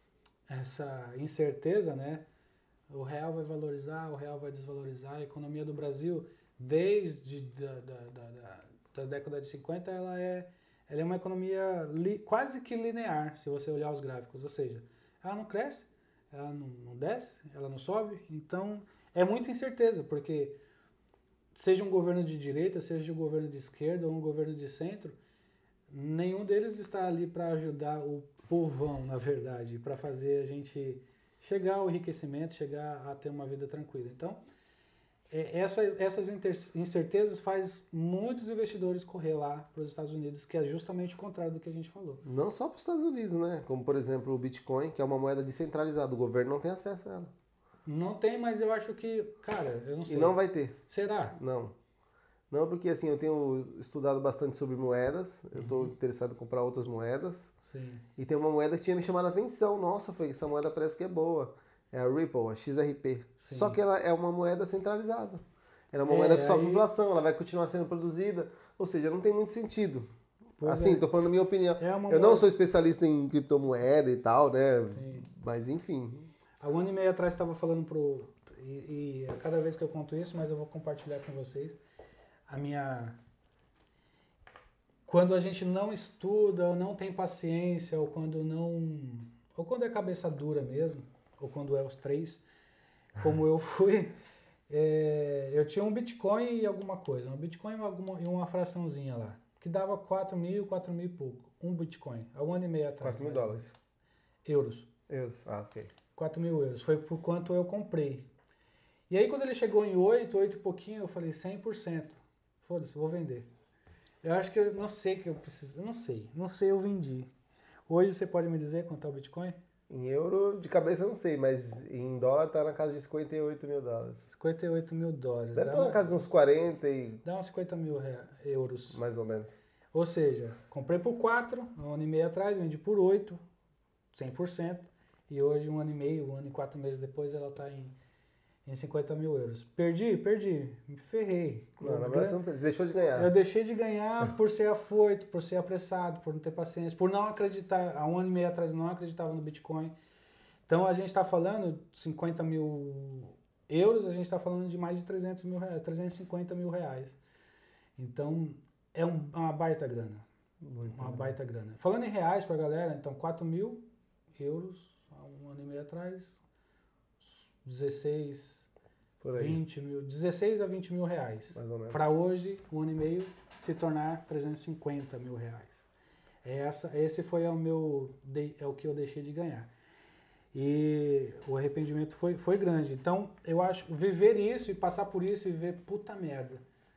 essa incerteza, né? O real vai valorizar, o real vai desvalorizar. A economia do Brasil, desde da, da, da, da, da década de cinquenta, ela é, ela é uma economia li, quase que linear, se você olhar os gráficos. Ou seja, ela não cresce, ela não, não desce, ela não sobe. Então, é muita incerteza, porque seja um governo de direita, seja um governo de esquerda ou um governo de centro, nenhum deles está ali para ajudar o povão, na verdade, para fazer a gente chegar ao enriquecimento, chegar a ter uma vida tranquila. Então, é, essa, essas incertezas faz muitos investidores correr lá para os Estados Unidos, que é justamente o contrário do que a gente falou. Não só para os Estados Unidos, né? Como, por exemplo, o Bitcoin, que é uma moeda descentralizada. O governo não tem acesso a ela. Não tem, mas eu acho que, cara, eu não sei. E não vai ter. Será? Não. Não, porque assim, eu tenho estudado bastante sobre moedas, eu estou uhum. interessado em comprar outras moedas. Sim. E tem uma moeda que tinha me chamado a atenção. Nossa, foi, essa moeda parece que é boa. É a Ripple, a X R P. Sim. Só que ela é uma moeda centralizada. Ela é uma é, moeda que sofre aí... inflação, ela vai continuar sendo produzida. Ou seja, não tem muito sentido. Pois assim, é. Tô falando a minha opinião. É Eu moeda... não sou especialista em criptomoeda e tal, né? Sim. Mas enfim. Há um ano e meio atrás estava falando pro... E, e é cada vez que eu conto isso, mas eu vou compartilhar com vocês. A minha... Quando a gente não estuda, ou não tem paciência, ou quando não... Ou quando é cabeça dura mesmo, ou quando é os três, como eu fui... É, eu tinha um Bitcoin e alguma coisa, um Bitcoin e uma, e uma fraçãozinha lá, que dava quatro mil, quatro mil e pouco, um Bitcoin, há um ano e meio atrás. quatro mil dólares? Euros. Euros, ah, ok. quatro mil euros, foi por quanto eu comprei. E aí quando ele chegou em oito, oito e pouquinho, eu falei cem por cento, foda-se, vou vender. Eu acho que eu não sei que eu preciso, eu não sei, não sei, eu vendi. Hoje você pode me dizer quanto é o Bitcoin? Em euro, de cabeça eu não sei, mas em dólar tá na casa de cinquenta e oito mil dólares. cinquenta e oito mil dólares. Deve estar na casa de uns quarenta e... Dá uns cinquenta mil euros. Mais ou menos. Ou seja, comprei por quatro, um ano e meio atrás, vendi por oito, cem por cento. E hoje, um ano e meio, um ano e quatro meses depois, ela está em, em cinquenta mil euros. Perdi? Perdi. Me ferrei. Não, na verdade você não perdi. Deixou de ganhar. Eu deixei de ganhar por ser afoito, por ser apressado, por não ter paciência, por não acreditar. Há um ano e meio atrás eu não acreditava no Bitcoin. Então a gente está falando de cinquenta mil euros, a gente está falando de mais de trezentos mil reais, trezentos e cinquenta mil reais. Então é um, uma baita grana. Muito uma grana. baita grana. Falando em reais para a galera, então quatro mil euros há um ano e meio atrás, dezesseis, por aí. vinte mil, dezesseis a vinte mil reais. Mais ou menos. Para hoje, um ano e meio, se tornar trezentos e cinquenta mil reais. Essa, esse foi o meu, é o que eu deixei de ganhar. E o arrependimento foi, foi grande. Então, eu acho, viver isso e passar por isso e ver, puta merda.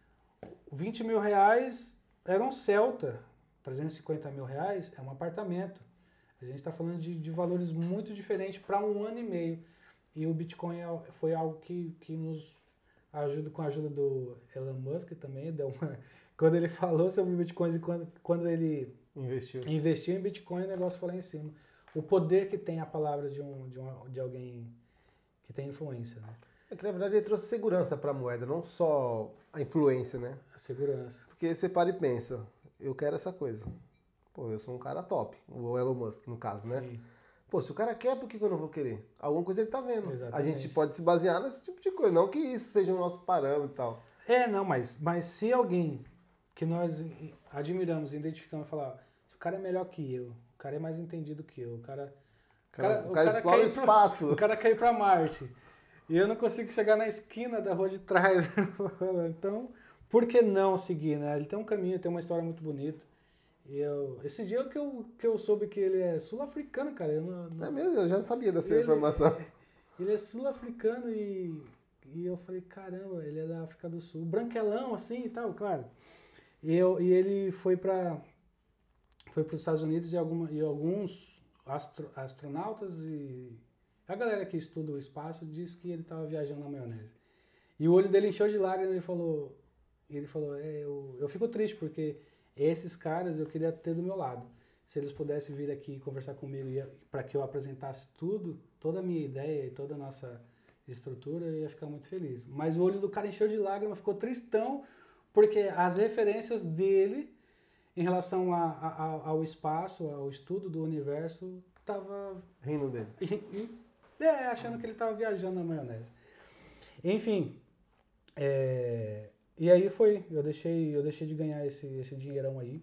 vinte mil reais era um Celta. trezentos e cinquenta mil reais é um apartamento. A gente está falando de, de valores muito diferentes para um ano e meio. E o Bitcoin foi algo que, que nos ajuda, com a ajuda do Elon Musk também. Deu uma, quando ele falou sobre Bitcoins e quando, quando ele investiu. investiu em Bitcoin, o negócio foi lá em cima. O poder que tem a palavra de, um, de, um, de alguém que tem influência, né? É que, na verdade, ele trouxe segurança para a moeda, não só a influência, né? A segurança. Porque você para e pensa, eu quero essa coisa. Pô, eu sou um cara top, o Elon Musk, no caso, né? Sim. Pô, se o cara quer, por que eu não vou querer? Alguma coisa ele tá vendo. Exatamente. A gente pode se basear nesse tipo de coisa, não que isso seja o nosso parâmetro e tal. É, não, mas, mas se alguém que nós admiramos, identificamos e falar, se o cara é melhor que eu, o cara é mais entendido que eu, o cara... O cara, o cara, o cara explora o espaço. Pro, o cara quer ir pra Marte. E eu não consigo chegar na esquina da rua de trás. Então, por que não seguir, né? Ele tem um caminho, tem uma história muito bonita. E eu, esse dia que eu, que eu soube que ele é sul-africano, cara. Eu não, não... É mesmo? Eu já sabia dessa ele, informação. Ele é sul-africano e, e eu falei, caramba, ele é da África do Sul. Branquelão, assim e tal, claro. E, eu, e ele foi para foi os Estados Unidos e, alguma, e alguns... Astro, astronautas e a galera que estuda o espaço diz que ele estava viajando na maionese. E o olho dele encheu de lágrimas e ele falou, ele falou é, eu, eu fico triste porque esses caras eu queria ter do meu lado. Se eles pudessem vir aqui conversar comigo para que eu apresentasse tudo, toda a minha ideia e toda a nossa estrutura, eu ia ficar muito feliz. Mas o olho do cara encheu de lágrimas, ficou tristão, porque as referências dele em relação a, a, ao espaço, ao estudo do universo, tava... Rindo dele. É, achando que ele estava viajando na maionese. Enfim, é, e aí foi, eu deixei, eu deixei de ganhar esse, esse dinheirão aí,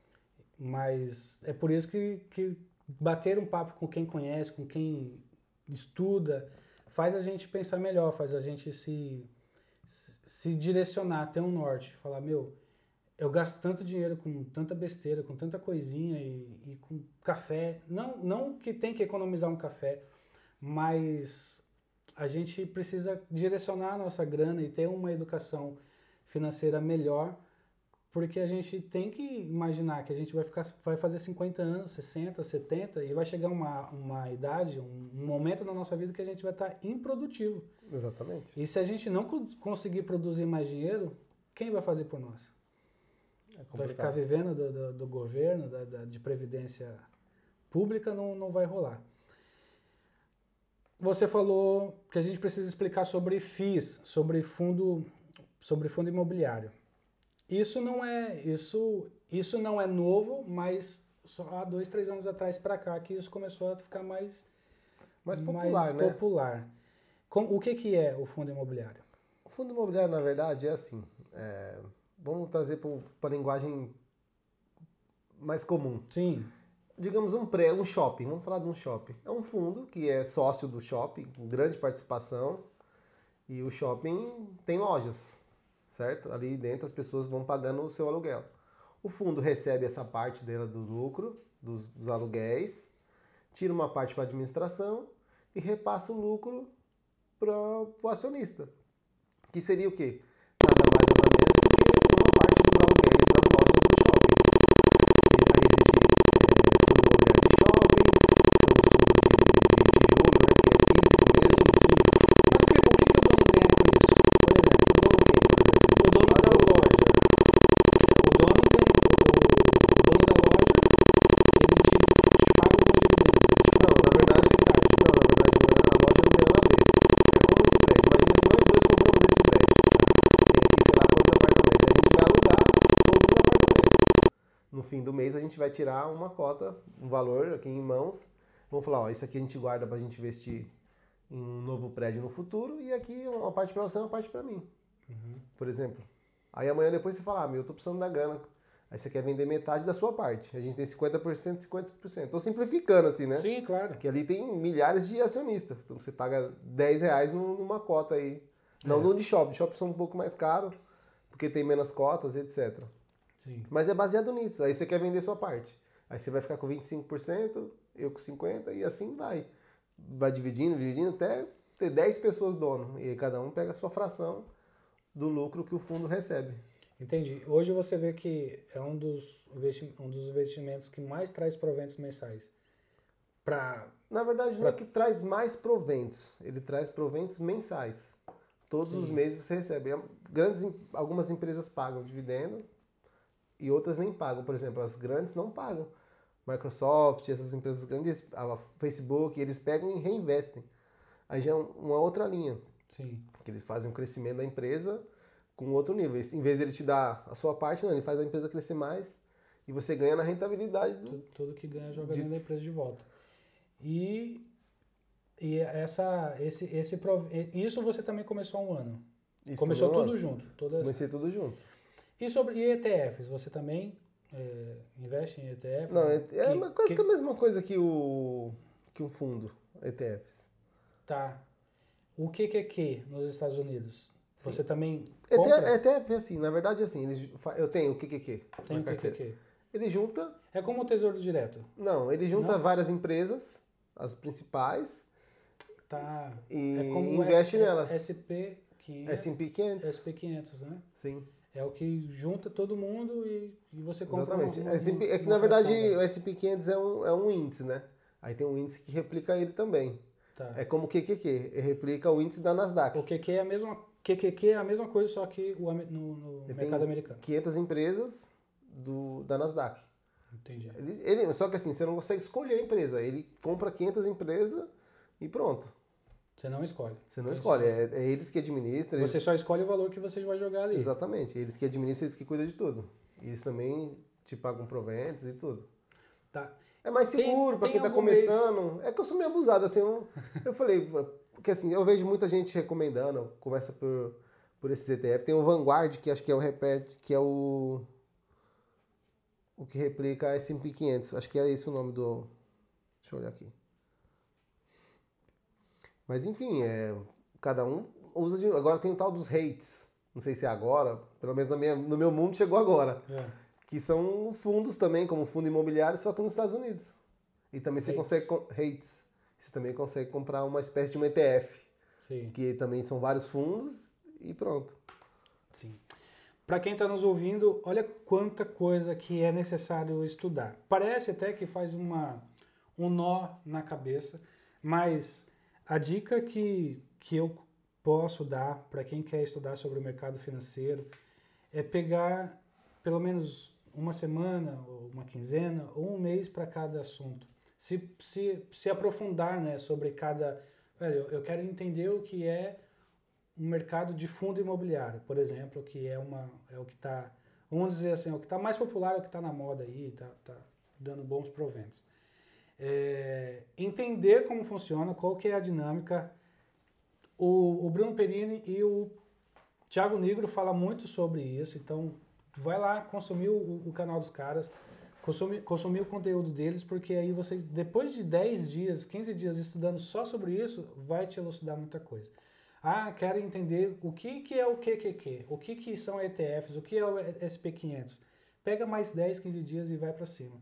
mas é por isso que, que bater um papo com quem conhece, com quem estuda, faz a gente pensar melhor, faz a gente se, se direcionar, ter um norte, falar, meu... Eu gasto tanto dinheiro com tanta besteira, com tanta coisinha e, e com café. Não, não que tem que economizar um café, mas a gente precisa direcionar a nossa grana e ter uma educação financeira melhor, porque a gente tem que imaginar que a gente vai, ficar, vai fazer cinquenta anos, sessenta, setenta e vai chegar uma, uma idade, um, um momento na nossa vida que a gente vai estar improdutivo. Exatamente. E se a gente não conseguir produzir mais dinheiro, quem vai fazer por nós? É vai ficar vivendo do, do, do governo, da, da, de previdência pública, não, não vai rolar. você falou que a gente precisa explicar sobre F I Is, sobre fundo, sobre fundo imobiliário. Isso não é, isso, isso não é novo, mas só há dois, três anos atrás para cá que isso começou a ficar mais, Mais popular, mais né? popular. Com, o que, que é o fundo imobiliário? O fundo imobiliário, na verdade, é assim. é, vamos trazer para a linguagem mais comum. Sim, Digamos um pré, um shopping. Vamos falar de um shopping. É um fundo que é sócio do shopping, com grande participação. E o shopping tem lojas, certo? Ali dentro as pessoas vão pagando o seu aluguel. O fundo recebe essa parte dela do lucro, dos, dos aluguéis, tira uma parte para a administração e repassa o lucro para o acionista. Que seria o quê? Nada mais nada menos do que uma parte dos aluguéis das lojas do shopping. E aí existe é, fundo imobiliário de shoppings, são os fundos de, de, de tijolo, né, que é físico mesmo. sim. Mas que- o que, que o dono ganha com isso? Por exemplo, O dono quem? Por exemplo, o dono da paga o- loja. O dono, tem, o, o, o dono da loja, ele te paga com dividendos. Não, na verdade, não, na verdade não é- a loja não tem nada a ver. É como esse prédio. Imagina que nós dois compramos esse prédio. E aqui, sei lá quantos apartamentos. A gente vai alugar todos os apartamentos. No fim do mês a gente vai tirar uma cota, um valor aqui em mãos. Vamos falar, ó, isso aqui a gente guarda pra gente investir em um novo prédio no futuro e aqui uma parte pra você e uma parte pra mim. Por exemplo. Aí amanhã depois você fala, ah, meu, eu tô precisando da grana. Aí você quer vender metade da sua parte. A gente tem cinquenta por cento e cinquenta por cento. Tô simplificando assim, né? Sim, claro. Que ali tem milhares de acionistas. Então você paga dez reais num- numa cota aí. Não É. no de shopping. Shopping são um pouco mais caro, porque tem menos cotas, etcétera. Sim. Mas é baseado nisso. Aí você quer vender sua parte. Aí você vai ficar com vinte e cinco por cento, eu com cinquenta por cento e assim vai. Vai dividindo, dividindo até ter dez pessoas dono. E aí cada um pega a sua fração do lucro que o fundo recebe. Entendi. Hoje você vê que é um dos, investi- um dos investimentos que mais traz proventos mensais. Pra, Na verdade, não é que traz mais proventos, ele traz proventos mensais. Todos os meses você recebe. É, Grandes, em- algumas empresas pagam dividendo e outras nem pagam. Por exemplo, as grandes não pagam. Microsoft, essas empresas grandes, a Facebook, eles pegam e reinvestem. Aí já é um- uma outra linha, sim. que eles fazem um crescimento da empresa com outro nível. Em vez dele te dar a sua parte, não, ele faz a empresa crescer mais e você ganha na rentabilidade do, Tudo, tudo que ganha joga De- dentro da empresa de volta. E, e essa, esse, esse, prov- isso você também começou há um ano. Isso Começou também é tudo uma- junto. Todas, Comecei tudo junto. E sobre e E T Fs, você também é, investe em E T Fs? Não, é, é Que- uma coisa que- que é a mesma coisa que o que um fundo, E T Fs. Tá. O que que é que nos Estados Unidos? Você também E T F, compra? E T F é assim, na verdade é assim, eles, fa- eu tenho o Q Q Q Tem na o que que é carteira. que? Ele junta, É como o Tesouro Direto. não, ele junta Não? várias empresas, as principais, Tá. E é como investe o S- nelas. S P quinhentos. S and P quinhentos. S P quinhentos, né? Sim, É o que junta todo mundo e, e você compra exatamente. uma, uma, S and P é que uma na verdade fração o dela. S and P quinhentos é um, é um índice, né? Aí tem um índice que replica ele também. Tá. É como o Q Q Q, ele replica o índice da Nasdaq. O Q Q é a mesma, Q Q Q é a mesma coisa, só que o, ame- no, no Ele mercado tem americano. quinhentas empresas do, da Nasdaq. Entendi. Ele, ele- só que assim, você não consegue escolher a empresa. Ele compra quinhentas empresas e pronto. Você não escolhe. Você não escolhe. É, é eles que administram. Você Eles, só escolhe o valor que você vai jogar ali. exatamente. Eles que administram, eles que cuidam de tudo. E eles também te pagam proventos e tudo. Tá. É mais Tem- seguro pra tem quem tá algum começando. É que eu sou meio abusado, assim. Eu, eu falei, porque assim, eu vejo muita gente recomendando. Começa por, por esses E T F. Tem o Vanguard, que acho que é o repete, que é o. O que replica a S and P quinhentos. Acho que é esse o nome do. Deixa eu olhar aqui. Mas enfim, é, cada um usa de. Agora tem o tal dos REITs. Não sei se é agora, pelo menos na minha, no meu mundo chegou agora. É. Que são fundos também, como fundo imobiliário, só que nos Estados Unidos. E também você REITs. consegue. com- REITs. Você também consegue comprar uma espécie de um E T F. Sim. Que também são vários fundos e pronto. Sim. Para quem está nos ouvindo, olha quanta coisa que é necessário estudar. Parece até que faz uma, um nó na cabeça, mas a dica que, que eu posso dar para quem quer estudar sobre o mercado financeiro é pegar pelo menos uma semana, ou uma quinzena, ou um mês para cada assunto. Se, se, se aprofundar, né, sobre cada... velho, eu quero entender o que é um mercado de fundo imobiliário, por exemplo, que é, uma, é o que está, vamos dizer assim, é o que está mais popular, é o que está na moda aí, está tá dando bons proventos. É, entender como funciona, qual que é a dinâmica. O, o Bruno Perini e o Thiago Nigro falam muito sobre isso, então vai lá consumir o, o canal dos caras, consumir, consumir o conteúdo deles, porque aí você, depois de dez dias, quinze dias estudando só sobre isso, vai te elucidar muita coisa. Ah, quero entender o que, que é o Q Q Q, o que, que são E T Fs, o que é o S P quinhentos. Pega mais dez, quinze dias e vai para cima.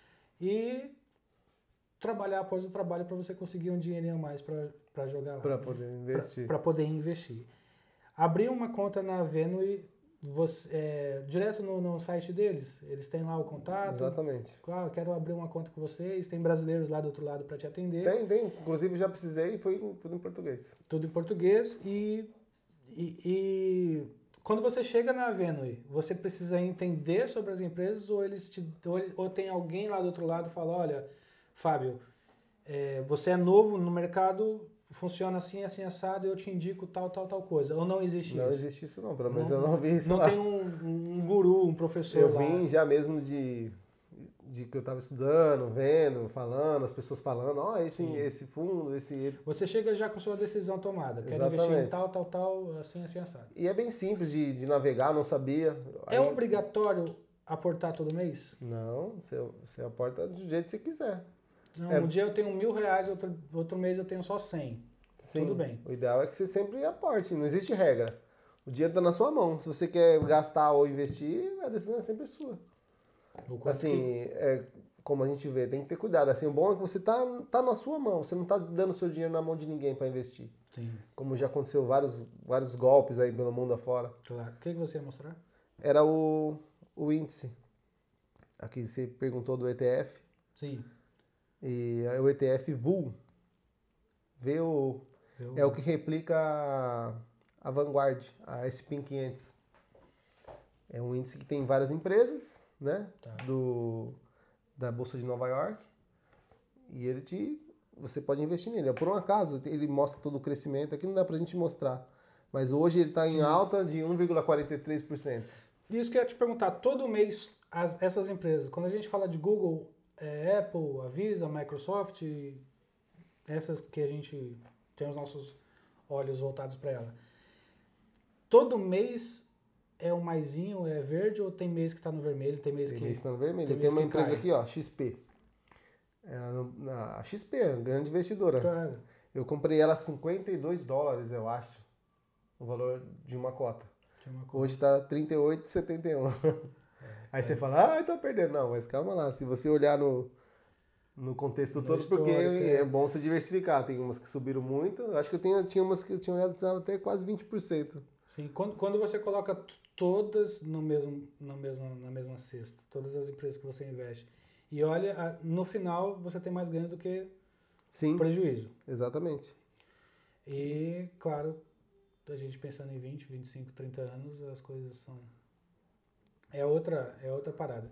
E trabalhar após o trabalho para você conseguir um dinheirinho a mais para jogar lá. Para poder investir. Para poder investir. Abrir uma conta na Venue, você, é, direto no, no site deles, eles têm lá o contato. Exatamente. Claro, quero abrir uma conta com vocês, tem brasileiros lá do outro lado para te atender. Tem, tem. Inclusive já precisei e foi tudo em português. Tudo em português e, e, e quando você chega na Venue, você precisa entender sobre as empresas ou eles te, ou, ou tem alguém lá do outro lado que fala, olha, Fábio, é, você é novo no mercado, funciona assim, assim, assado, eu te indico tal, tal, tal coisa. Ou não existe não isso? Não existe isso não, pelo menos não, eu não vi isso Não lá. tem um, um guru, um professor Eu lá. vim já mesmo de, de que eu estava estudando, vendo, falando, as pessoas falando, ó, oh, esse, esse fundo, esse... Você chega já com sua decisão tomada, quero Exatamente. investir em tal, tal, tal, assim, assim, assado. E é bem simples de, de navegar, não sabia. É Aí... obrigatório aportar todo mês? Não, você, você aporta do jeito que você quiser. Não, é... Um dia eu tenho mil reais, outro, outro mês eu tenho só cem. Sim, tudo bem. O ideal é que você sempre aporte, não existe regra. O dinheiro está na sua mão. Se você quer gastar ou investir, a decisão é sempre sua. Assim, que... é, como a gente vê, tem que ter cuidado. Assim, o bom é que você tá, tá na sua mão, você não está dando seu dinheiro na mão de ninguém para investir. Sim. Como já aconteceu vários, vários golpes aí pelo mundo afora. Claro. O que você ia mostrar? Era o, o índice. Aqui você perguntou do E T F. Sim. E é o E T F V U. V U. É o que replica a, a Vanguard, a S P quinhentos. É um índice que tem várias empresas, né? Tá. Do, da Bolsa de Nova York. E ele te... Você pode investir nele. Por um acaso, ele mostra todo o crescimento. Aqui não dá pra gente mostrar. Mas hoje ele está em alta de um vírgula quarenta e três por cento. Isso que eu ia te perguntar. Todo mês, as, essas empresas, quando a gente fala de Google, é, Apple, Avisa, Microsoft, essas que a gente tem os nossos olhos voltados para ela. Todo mês é o maisinho, é verde ou tem mês que está no vermelho, tem mês tem que... Tem mês que está no vermelho. Tem, tem uma que empresa cai. aqui, ó, X P. É a X P, grande investidora. Claro. Eu comprei ela a cinquenta e dois dólares, eu acho, o valor de uma cota. De uma cota. Hoje está trinta e oito reais e setenta e um centavos. É, Aí é. você fala, ah, tá perdendo. Não, mas calma lá, se você olhar no... No contexto no todo, porque é. é bom se diversificar. Tem umas que subiram muito. Eu acho que eu tenho, tinha umas que eu tinha olhado que até quase vinte por cento. Sim, quando, quando você coloca todas no mesmo, no mesmo, na mesma cesta, todas as empresas que você investe, e olha, no final você tem mais ganho do que Sim, prejuízo. Exatamente. E, claro, a gente pensando em vinte, vinte e cinco, trinta anos, as coisas são... É outra, é outra parada.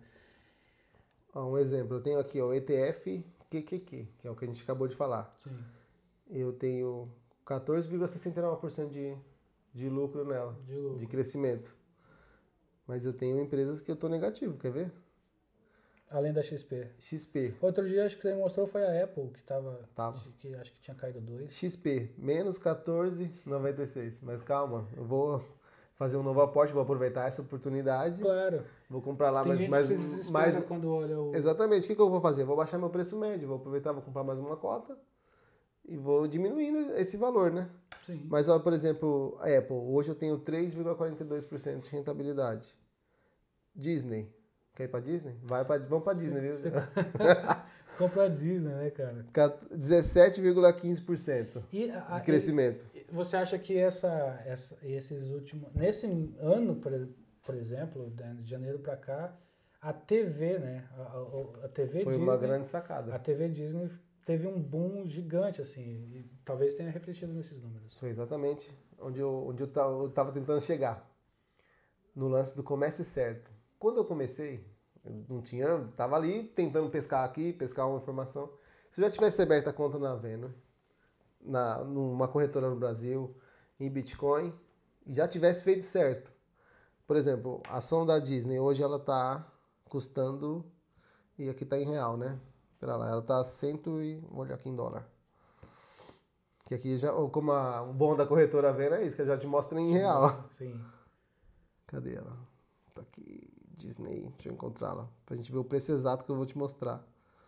Ó, um exemplo, eu tenho aqui o E T F Q Q Q, que é o que a gente acabou de falar. Sim. Eu tenho quatorze vírgula sessenta e nove por cento de, de lucro nela, de, lucro. de crescimento. Mas eu tenho empresas que eu estou negativo, quer ver? Além da X P. X P. Outro dia acho que você mostrou foi a Apple, que estava... Tava. Que acho que tinha caído dois. X P, menos quatorze vírgula noventa e seis. Mas calma, eu vou... fazer um novo aporte, vou aproveitar essa oportunidade. Claro. Vou comprar lá Tem mais... gente mais, que se desespera mais quando olha o... Exatamente. O que, que eu vou fazer? Vou baixar meu preço médio, vou aproveitar, vou comprar mais uma cota e vou diminuindo esse valor, né? Sim. Mas, ó, por exemplo, a Apple, hoje eu tenho três vírgula quarenta e dois por cento de rentabilidade. Disney. Quer ir pra Disney? Vai pra, vamos pra Disney, viu? Você... Comprar Disney, né, cara? dezessete vírgula quinze por cento e, a, de crescimento. E, você acha que essa, essa, esses últimos... Nesse ano, por, por exemplo, de janeiro para cá, a T V, né? A, a, a T V Foi Disney, uma grande sacada. A T V Disney teve um boom gigante, assim, e talvez tenha refletido nesses números. Foi exatamente onde eu, onde eu estava tentando chegar. No lance do comece certo. Quando eu comecei... Eu não tinha, tava ali tentando pescar aqui, pescar uma informação. Se eu já tivesse aberto a conta na Venue, na, numa corretora no Brasil, em Bitcoin, e já tivesse feito certo. Por exemplo, a ação da Disney, hoje ela está custando, e aqui está em real, né? Pera lá, ela está cento e... Vou olhar aqui em dólar. Que aqui já, como a, o bom da corretora vendo é isso, que eu já te mostro em real. Sim. Cadê ela? Tá aqui, Disney, deixa eu encontrá-la, pra gente ver o preço exato que eu vou te mostrar.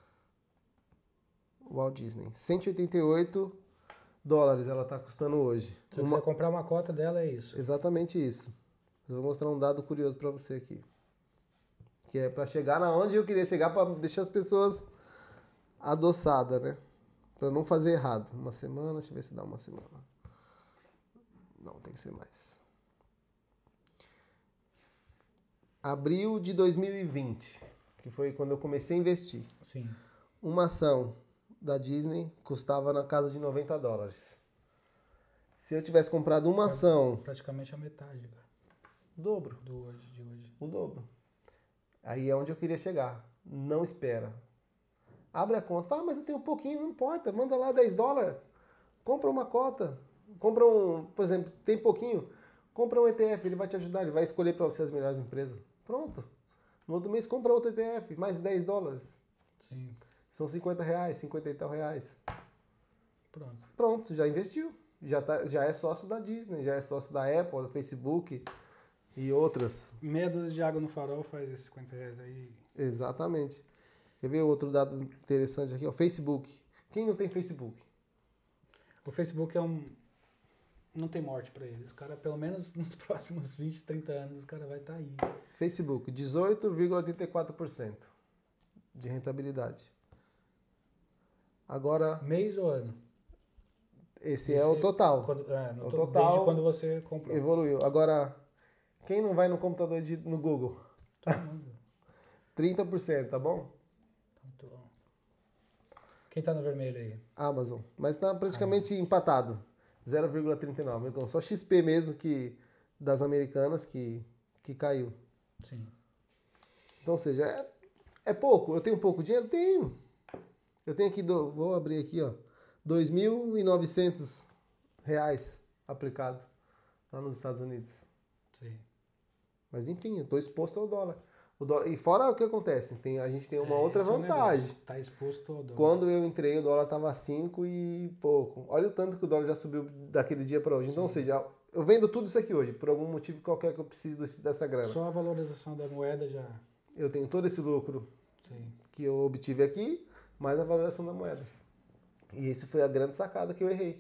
Walt Disney, cento e oitenta e oito dólares ela tá custando hoje. Se você comprar uma cota dela, é isso. Exatamente isso. Eu vou mostrar um dado curioso para você aqui. Que é para chegar na onde eu queria chegar, para deixar as pessoas adoçadas, né? Para não fazer errado. Uma semana, deixa eu ver se dá uma semana. Não, tem que ser mais. Abril de dois mil e vinte, que foi quando eu comecei a investir. Sim. Uma ação da Disney custava na casa de noventa dólares. Se eu tivesse comprado uma ação... Praticamente a metade, cara. O dobro. Do hoje, de hoje. O dobro. Aí é onde eu queria chegar. Não espera. Abre a conta. Fala, ah, mas eu tenho um pouquinho, não importa. Manda lá dez dólares. Compra uma cota. Compra um... Por exemplo, tem pouquinho. Compra um E T F. Ele vai te ajudar. Ele vai escolher para você as melhores empresas. Pronto. No outro mês, compra outro E T F. Mais dez dólares. Sim. São cinquenta reais, cinquenta e tal reais. Pronto. Pronto, já investiu. Já, tá, já é sócio da Disney, já é sócio da Apple, do Facebook e outras. Meia dúzia de água no farol faz esses cinquenta reais aí. Exatamente. Quer ver outro dado interessante aqui? O Facebook. Quem não tem Facebook? O Facebook é um... Não tem morte pra eles. Os caras, pelo menos nos próximos vinte, trinta anos, os caras vão estar aí. Facebook, dezoito vírgula oitenta e quatro por cento de rentabilidade. Agora... Mês ou ano? Esse, esse é o total. Quando, é, no o to, total desde quando você comprou. Evoluiu. Agora, quem não vai no computador de, no Google? Todo mundo. trinta por cento, tá bom? Muito bom. Quem tá no vermelho aí? Amazon. Mas tá praticamente ah, empatado. zero vírgula trinta e nove. Então, só X P mesmo que das americanas que, que caiu. Sim. Então, ou seja, é, é pouco. Eu tenho pouco dinheiro? Tenho. Eu tenho aqui, do, vou abrir aqui, ó. dois mil e novecentos reais aplicado lá nos Estados Unidos. Sim. Mas enfim, eu estou exposto ao dólar. O dólar. E fora o que acontece, tem, a gente tem uma é, outra vantagem. Está exposto ao dólar. Quando eu entrei, o dólar estava cinco e pouco. Olha o tanto que o dólar já subiu daquele dia para hoje. Então, ou seja, eu vendo tudo isso aqui hoje, por algum motivo qualquer que eu precise dessa grana. Só a valorização da moeda já... Eu tenho todo esse lucro Sim. que eu obtive aqui, mais a valorização da moeda. E esse foi a grande sacada que eu errei.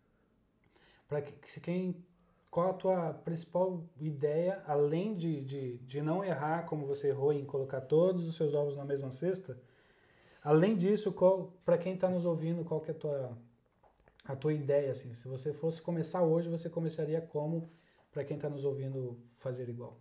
Para quem, qual a tua principal ideia, além de, de, de não errar como você errou em colocar todos os seus ovos na mesma cesta, além disso, para quem está nos ouvindo, qual que é a tua, a tua ideia? Assim? Se você fosse começar hoje, você começaria como, para quem está nos ouvindo, fazer igual?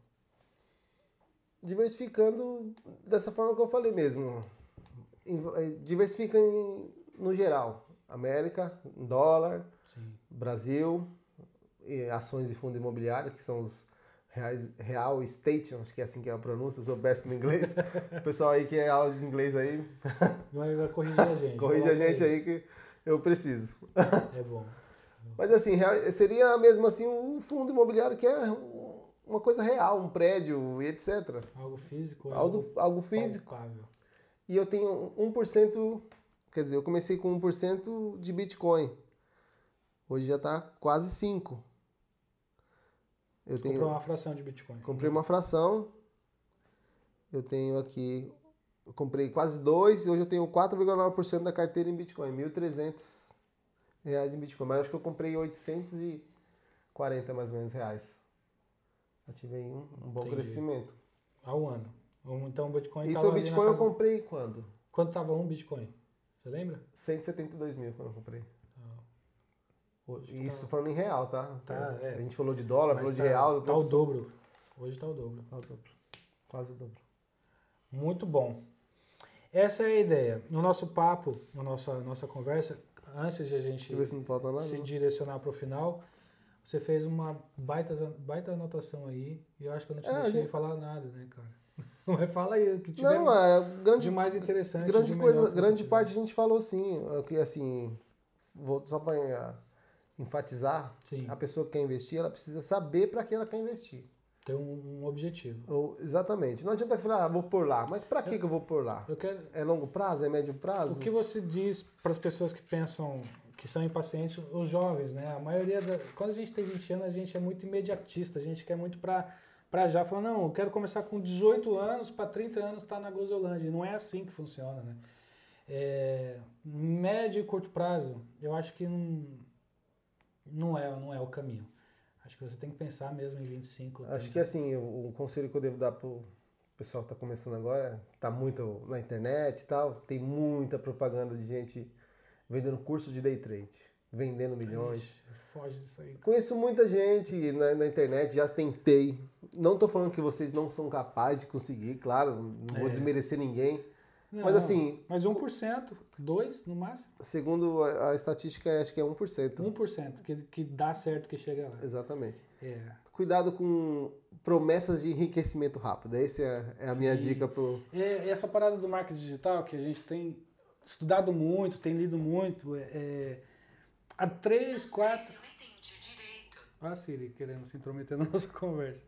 Diversificando dessa forma que eu falei mesmo. Diversifica em, no geral. América, dólar, sim. Brasil, e ações de fundo imobiliário, que são os reais, real estate, acho que é assim que é a pronúncia, eu sou péssimo em inglês. O pessoal aí que é aula de inglês aí... Vai, vai corrigir a gente. Corrige a gente aí. aí que eu preciso. É bom. Mas assim, seria mesmo assim um fundo imobiliário que é uma coisa real, um prédio e etcétera. Algo físico. Algo, algo, algo físico. Palpável. E eu tenho um por cento, quer dizer, eu comecei com um por cento de Bitcoin. Hoje já está quase cinco por cento. Eu tenho, comprei uma fração de Bitcoin. Comprei uma fração. Eu tenho aqui, eu comprei quase dois e hoje eu tenho quatro vírgula nove por cento da carteira em Bitcoin, mil e trezentos reais em Bitcoin. Mas acho que eu comprei oitocentos e quarenta mais ou menos reais. Eu tive aí um, um bom Entendi. crescimento. Ao ano. Então o Bitcoin Isso o Bitcoin eu comprei quando? Quanto estava um Bitcoin? Você lembra? cento e setenta e dois mil quando eu comprei. Ah. Hoje, Isso tá... falando em real, tá? tá é. A gente falou de dólar, Mas falou tá, de real. Tá o dobro. Hoje tá o dobro. Tá o dobro. Quase o dobro. Muito bom. Essa é a ideia. No nosso papo, na nossa, nossa conversa, antes de a gente ver se, não falta nada, se não. direcionar para o final, você fez uma baita, baita anotação aí, e eu acho que eu não te é, deixei gente... falar nada, né, cara? Mas fala aí o que tiver não, é, grande, de mais interessante. Grande, de coisa, grande parte a gente falou sim, que assim, vou só para enfatizar, Sim. a pessoa que quer investir, ela precisa saber para que ela quer investir. Ter um, um objetivo. Ou, exatamente. Não adianta falar, ah, vou pôr lá. Mas para que, que eu vou pôr lá? Eu quero... É longo prazo? É médio prazo? O que você diz para as pessoas que pensam, que são impacientes, os jovens, né? A maioria, da... quando a gente tem vinte anos, a gente é muito imediatista, a gente quer muito para para já. Fala, não, eu quero começar com dezoito anos, para trinta anos estar tá na Gozolândia. E não é assim que funciona, né? É... Médio e curto prazo, eu acho que não, não, é, não é o caminho. Acho que você tem que pensar mesmo em vinte e cinco. Acho trinta. que assim, o, o conselho que eu devo dar pro pessoal que está começando agora, tá muito na internet e tal, tem muita propaganda de gente vendendo curso de day trade, vendendo milhões. Ixi, foge disso aí. Conheço muita gente na, na internet, já tentei. Não estou falando que vocês não são capazes de conseguir, claro, não vou É. desmerecer ninguém. Não, Mas assim... Mas um por cento, dois por cento no máximo. Segundo a, a estatística, acho que é um por cento. um por cento que, que dá certo que chega lá. Exatamente. É. Cuidado com promessas de enriquecimento rápido. Essa é, é a minha Sim. dica pro... É, essa parada do marketing digital que a gente tem estudado muito, tem lido muito, é, é, há três, quatro... Eu entendi direito. Olha a Siri querendo se intrometer na nossa conversa.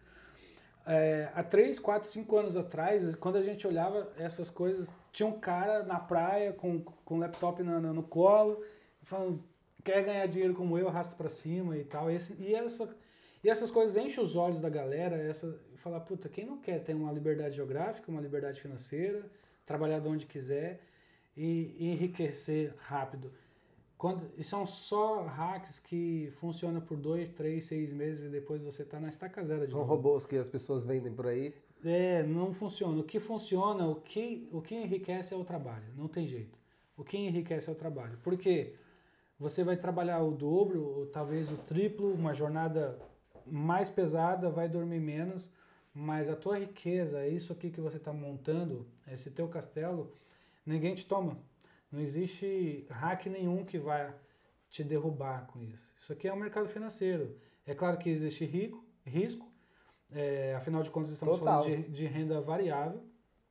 É, há três, quatro, cinco anos atrás, quando a gente olhava essas coisas, tinha um cara na praia com, com o laptop no, no, no colo, falando, quer ganhar dinheiro como eu, arrasta pra cima e tal. Esse, e, essa, e essas coisas enchem os olhos da galera, essa, e falar, puta, quem não quer ter uma liberdade geográfica, uma liberdade financeira, trabalhar de onde quiser e, e enriquecer rápido? Quando, e são só hacks que funcionam por dois, três, seis meses e depois você está na estaca zero. De São novo. robôs que as pessoas vendem por aí. É, não funciona. O que funciona, o que, o que enriquece é o trabalho. Não tem jeito. O que enriquece é o trabalho. Porque você vai trabalhar o dobro, ou talvez o triplo, uma jornada mais pesada, vai dormir menos, mas a tua riqueza, isso aqui que você está montando, esse teu castelo, ninguém te toma. Não existe hack nenhum que vai te derrubar com isso. Isso aqui é um mercado financeiro. É claro que existe rico, risco, é, afinal de contas estamos Total. falando de, de renda variável.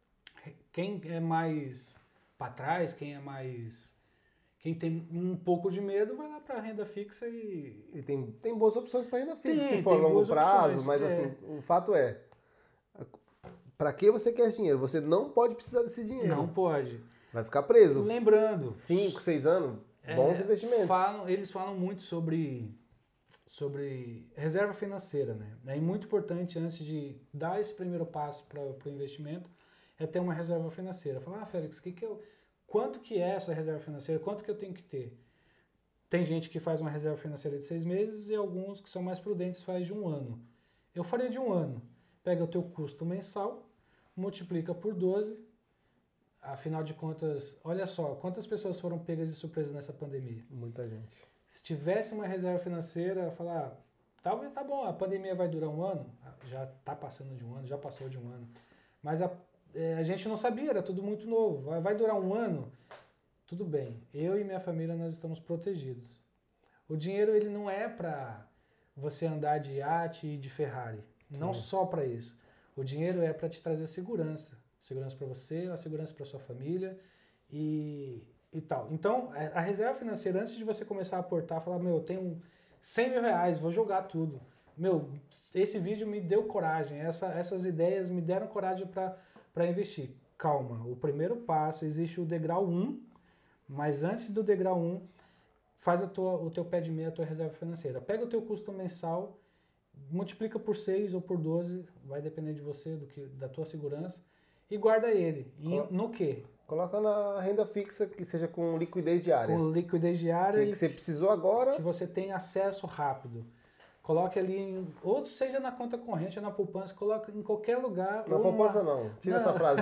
Quem é mais para trás, quem é mais... Quem tem um pouco de medo vai lá para a renda fixa e... E tem, tem boas opções para renda fixa, Tem, se for tem longo boas prazo, opções, mas é. assim, o fato é, para que você quer esse dinheiro? Você não pode precisar desse dinheiro. Não pode. Vai ficar preso. Lembrando... Cinco, seis anos, bons É, investimentos. Falam, eles falam muito sobre, sobre reserva financeira, né? É muito importante, antes de dar esse primeiro passo para o investimento, é ter uma reserva financeira. Falar, ah, Félix, que que eu, quanto que é essa reserva financeira? Quanto que eu tenho que ter? Tem gente que faz uma reserva financeira de seis meses e alguns que são mais prudentes faz de um ano. Eu faria de um ano. Pega o teu custo mensal, multiplica por doze. Afinal de contas, olha só, quantas pessoas foram pegas de surpresa nessa pandemia? Muita gente. Se tivesse uma reserva financeira, falar, tá, tá bom, a pandemia vai durar um ano, já está passando de um ano, já passou de um ano, mas a, é, a gente não sabia, era tudo muito novo, vai, vai durar um ano, tudo bem, eu e minha família nós estamos protegidos. O dinheiro ele não é para você andar de iate e de Ferrari, não Sim. só para isso. O dinheiro é para te trazer segurança. Segurança para você, a segurança para sua família e, e tal. Então, a reserva financeira, antes de você começar a aportar, falar, meu, eu tenho cem mil reais, vou jogar tudo. Meu, esse vídeo me deu coragem, essa, essas ideias me deram coragem para investir. Calma, o primeiro passo, existe o degrau um, mas antes do degrau um, faz a tua, o teu pé de meia, a tua reserva financeira. Pega o teu custo mensal, multiplica por seis ou por doze, vai depender de você, do que, da tua segurança, e guarda ele. E no quê? Coloca na renda fixa que seja com liquidez diária. Com liquidez diária Que, e que você precisou agora. que você tem acesso rápido. Coloque ali, em, ou seja na conta corrente ou na poupança, coloque em qualquer lugar. Na ou poupança numa... não. Tira não. essa frase.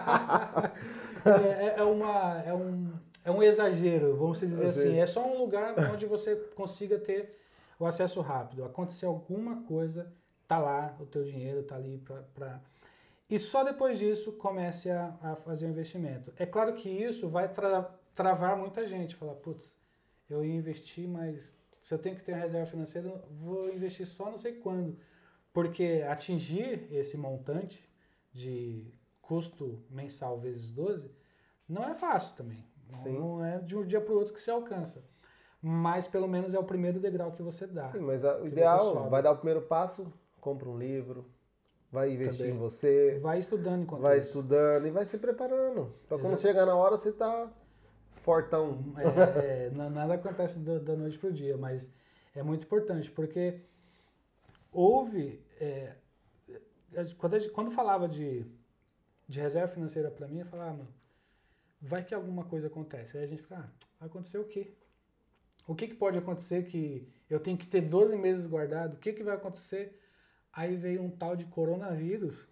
é, é, uma, é, um, é um exagero, vamos dizer Sim. assim. É só um lugar onde você consiga ter o acesso rápido. Acontecer alguma coisa, tá lá, o teu dinheiro tá ali para... Pra... E só depois disso comece a, a fazer o investimento. É claro que isso vai tra travar muita gente. Falar, putz, eu ia investir, mas se eu tenho que ter uma reserva financeira, vou investir só não sei quando. Porque atingir esse montante de custo mensal vezes doze não é fácil também. Não, não é de um dia para o outro que se alcança. mas pelo menos é o primeiro degrau que você dá. Sim, mas a, o que ideal, vai dar o primeiro passo, compra um livro, vai investir Também. em você, Vai estudando enquanto vai isso. estudando e vai se preparando. Pra quando Exato. chegar na hora, você tá fortão. É, é, não- nada acontece da, da noite pro dia, mas é muito importante, porque houve... é, quando, a gente- quando falava de, de reserva financeira para mim, eu falava, ah, mano, vai que alguma coisa acontece. Aí a gente fica, ah, vai acontecer o quê? O que, que pode acontecer que eu tenho que ter doze meses guardado? O que, que vai acontecer? Aí veio um tal de coronavírus,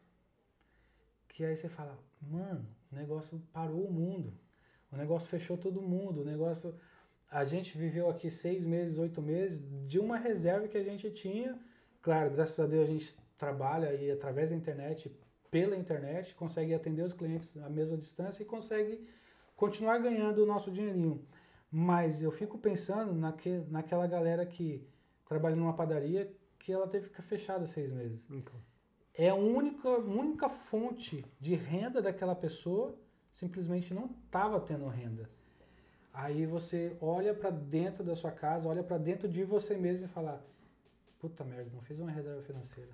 que aí você fala, mano, o negócio parou o mundo. O negócio fechou todo mundo. O negócio... A gente viveu aqui seis meses, oito meses de uma reserva que a gente tinha. Claro, graças a Deus a gente trabalha aí através da internet, pela internet, consegue atender os clientes à mesma distância e consegue continuar ganhando o nosso dinheirinho. Mas eu fico pensando naque, naquela galera que trabalha numa padaria que ela teve que ficar fechada seis meses. Então. É a única, única fonte de renda daquela pessoa, simplesmente não estava tendo renda. Aí você olha para dentro da sua casa, olha para dentro de você mesmo e fala, puta merda, não fiz uma reserva financeira.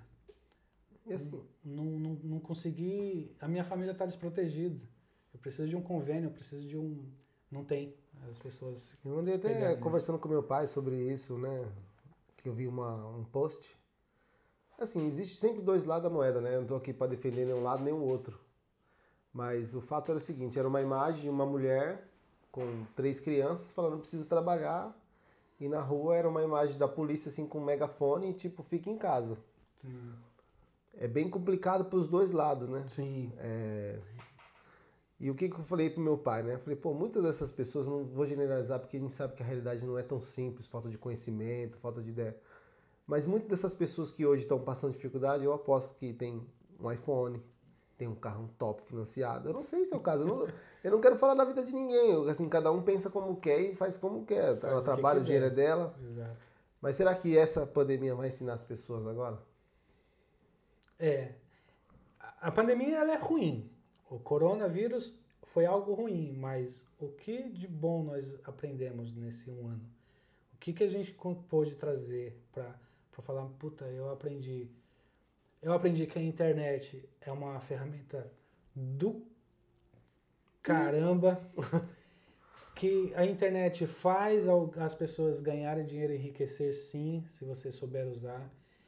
E assim, Não, não, não consegui, a minha família está desprotegida. Eu preciso de um convênio, eu preciso de um... Não tem. As pessoas... eu andei até conversando com meu pai sobre isso, né? Que eu vi uma, um post. Assim, existe sempre dois lados da moeda, né? Eu não tô aqui para defender nenhum lado nem o outro. Mas o fato era o seguinte, era uma imagem de uma mulher com três crianças falando, preciso trabalhar. E na rua era uma imagem da polícia, assim, com um megafone e tipo, fica em casa. Sim. É bem complicado para os dois lados, né? Sim. É... E o que, que eu falei pro meu pai, né? Eu falei, pô, muitas dessas pessoas, não vou generalizar porque a gente sabe que a realidade não é tão simples, falta de conhecimento, falta de ideia. Mas muitas dessas pessoas que hoje estão passando dificuldade, eu aposto que tem um iPhone, tem um carro top financiado. Eu não sei se é o caso, eu não, eu não quero falar da vida de ninguém. Eu, assim, cada um pensa como quer e faz como quer. Faz Ela o trabalha, o que dinheiro é quiser. dela. Exato. Mas será que essa pandemia vai ensinar as pessoas agora? É. A pandemia ela é ruim. O coronavírus foi algo ruim, mas o que de bom nós aprendemos nesse um ano? O que, que a gente pôde trazer para falar, puta, eu aprendi. Eu aprendi que a internet é uma ferramenta do caramba, que a internet faz as pessoas ganharem dinheiro e enriquecer sim, se você souber usar.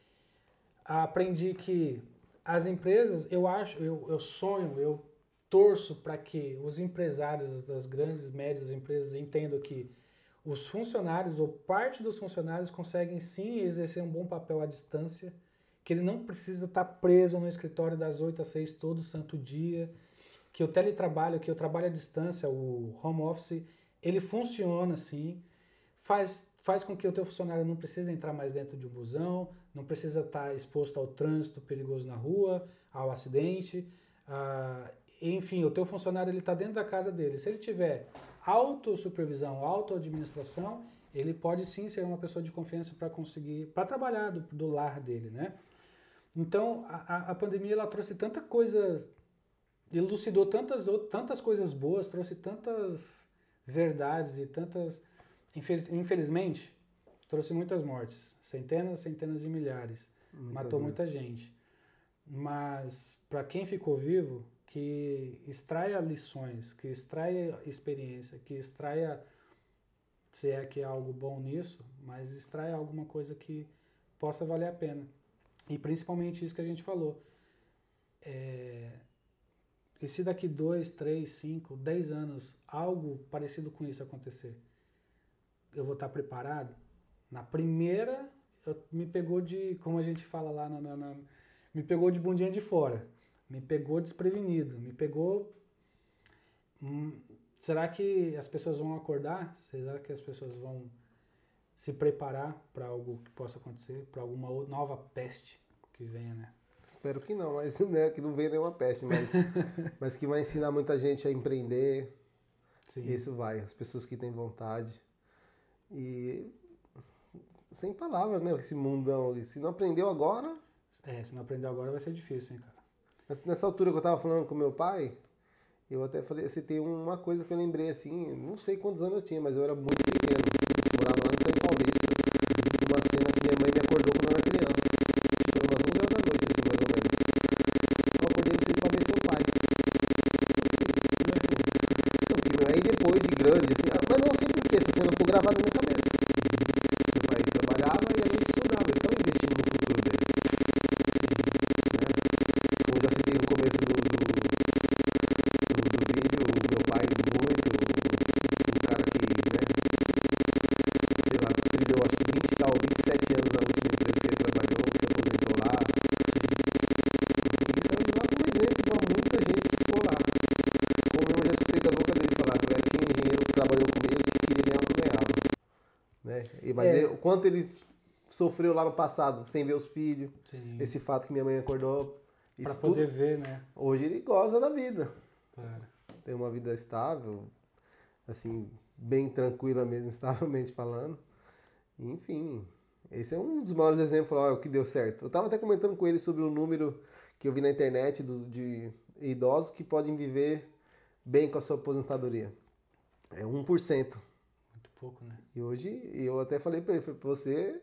Aprendi que as empresas, eu acho, eu, eu sonho, eu torço para que os empresários das grandes, médias empresas entendam que os funcionários ou parte dos funcionários conseguem sim exercer um bom papel à distância, que ele não precisa estar preso no escritório das oito às seis todo santo dia, que o teletrabalho, que o trabalho à distância, o home office, ele funciona assim, faz, faz com que o teu funcionário não precise entrar mais dentro de um busão, não precisa estar exposto ao trânsito perigoso na rua, ao acidente, ah, enfim, o teu funcionário ele está dentro da casa dele. Se ele tiver autossupervisão, autoadministração, ele pode sim ser uma pessoa de confiança para conseguir, para trabalhar do, do lar dele, né? Então, a, a pandemia ela trouxe tanta coisa, elucidou tantas, tantas coisas boas, trouxe tantas verdades e tantas, infelizmente, trouxe muitas mortes, centenas, centenas de milhares, muitas matou mesmo. Muita gente. Mas, para quem ficou vivo, que extraia lições, que extraia experiência, que extraia, se é que há algo bom nisso, mas extraia alguma coisa que possa valer a pena. E principalmente isso que a gente falou. É, e se daqui dois, três, cinco, dez anos algo parecido com isso acontecer, eu vou estar preparado? Na primeira, eu, me pegou de, como a gente fala lá, na, na, na, me pegou de bundinha de fora. Me pegou desprevenido, me pegou... Hum, será que as pessoas vão acordar? Será que as pessoas vão se preparar para algo que possa acontecer? Para alguma nova peste que venha, né? Espero que não, mas né, que não venha nenhuma peste, mas, mas que vai ensinar muita gente a empreender. Sim. Isso vai, as pessoas que têm vontade. E sem palavras, né? Esse mundão. Se não aprendeu agora... É, se não aprendeu agora vai ser difícil, hein, cara? Nessa altura que eu tava falando com meu pai, eu até falei, você tem uma coisa que eu lembrei assim, não sei quantos anos eu tinha, mas eu era muito pequeno. Morava no Itaim Paulista, uma cena que minha mãe me acordou quando eu era criança. Tipo, era umas onze horas da noite, assim, mais ou menos. Eu acordei vocês pra ver seu pai. Então, aí depois, de grande, assim, mas não sei porquê, essa cena ficou gravada na minha cabeça. Meu pai trabalhava e a gente estudava, ele estava investindo no futuro dele. Né? Como eu já citei no começo do, do, do, do vídeo, o meu pai muito, um cara que, né, sei lá, trilhou acho que vinte, tal, vinte e sete anos na última empresa que ele trabalhou, se aposentou lá. Ele saiu de lá como exemplo para muita gente que ficou lá. Como eu já escutei da boca dele falar que ele tinha engenheiro que trabalhou comigo que queria ganhar o que ganhava. Né? E, mas É. ele, o quanto ele sofreu lá no passado, sem ver os filhos, Sim. esse fato que minha mãe acordou. Pra Isso poder tudo, ver, né? hoje ele goza da vida. Claro. Tem uma vida estável, assim, bem tranquila mesmo, estavelmente falando. Enfim, esse é um dos maiores exemplos, ó, o que deu certo. Eu estava até comentando com ele sobre o número que eu vi na internet do, de idosos que podem viver bem com a sua aposentadoria. É um por cento. Muito pouco, né? E hoje, eu até falei para ele, falei, você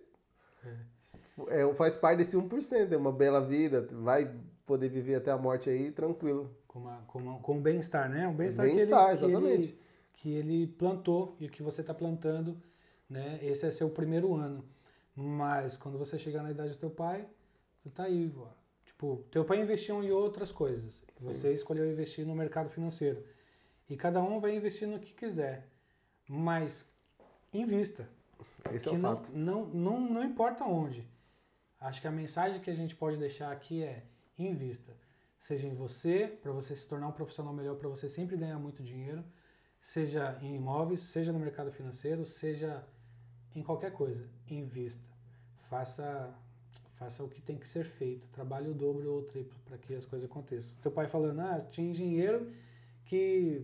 É. é, faz parte desse um por cento, é uma bela vida, vai poder viver até a morte aí tranquilo. Com, uma, com, uma, com um bem-estar, né? Um bem-estar Bem-estar, que, ele, que, exatamente. ele, que ele plantou e que você está plantando, né? Esse é seu primeiro ano. Mas quando você chegar na idade do teu pai, tu tá aí, ó. Tipo, teu pai investiu em outras coisas. Sim. Você escolheu investir no mercado financeiro. E cada um vai investir no que quiser. Mas invista. Esse é o não, fato. Não, não, não importa onde. Acho que a mensagem que a gente pode deixar aqui é invista. Seja em você, para você se tornar um profissional melhor, para você sempre ganhar muito dinheiro. Seja em imóveis, seja no mercado financeiro, seja em qualquer coisa. Invista. Faça, faça o que tem que ser feito. Trabalhe o dobro ou o triplo para que as coisas aconteçam. Teu pai falando, ah, tinha engenheiro que,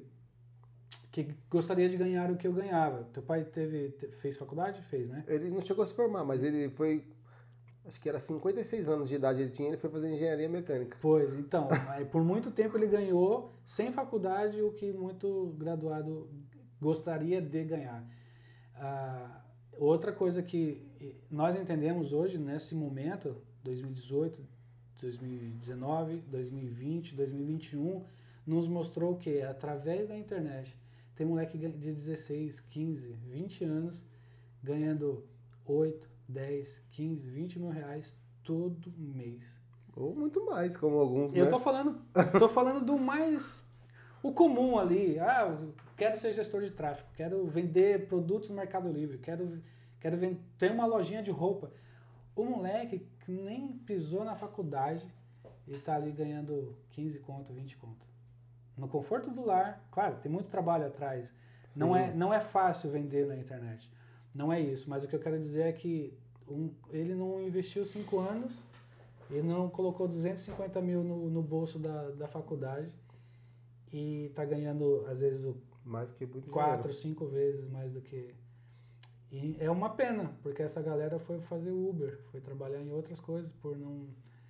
que gostaria de ganhar o que eu ganhava. Teu pai teve, fez faculdade? Fez, né? Ele não chegou a se formar, mas ele foi... Acho que era cinquenta e seis anos de idade ele tinha, ele foi fazer engenharia mecânica. Pois, então, por muito tempo ele ganhou, sem faculdade, o que muito graduado gostaria de ganhar. Ah, outra coisa que nós entendemos hoje, nesse momento, dois mil e dezoito, dois mil e dezenove, dois mil e vinte, dois mil e vinte e um, nos mostrou que, através da internet, tem moleque de dezesseis, quinze, vinte anos ganhando oito, dez, quinze, vinte mil reais todo mês. Ou muito mais, como alguns, Eu né? tô falando, tô falando do mais... O comum ali. Ah, eu quero ser gestor de tráfego, quero vender produtos no Mercado Livre, quero, quero vender, ter uma lojinha de roupa. O moleque que nem pisou na faculdade, ele tá ali ganhando quinze conto, vinte conto. No conforto do lar, claro, tem muito trabalho atrás. Não é, não é fácil vender na internet. Não é isso, mas o que eu quero dizer é que um, ele não investiu cinco anos, ele não colocou duzentos e cinquenta mil no, no bolso da, da faculdade e tá ganhando, às vezes, o mais que muito quatro, dinheiro. cinco vezes mais do que... E é uma pena, porque essa galera foi fazer Uber, foi trabalhar em outras coisas por não...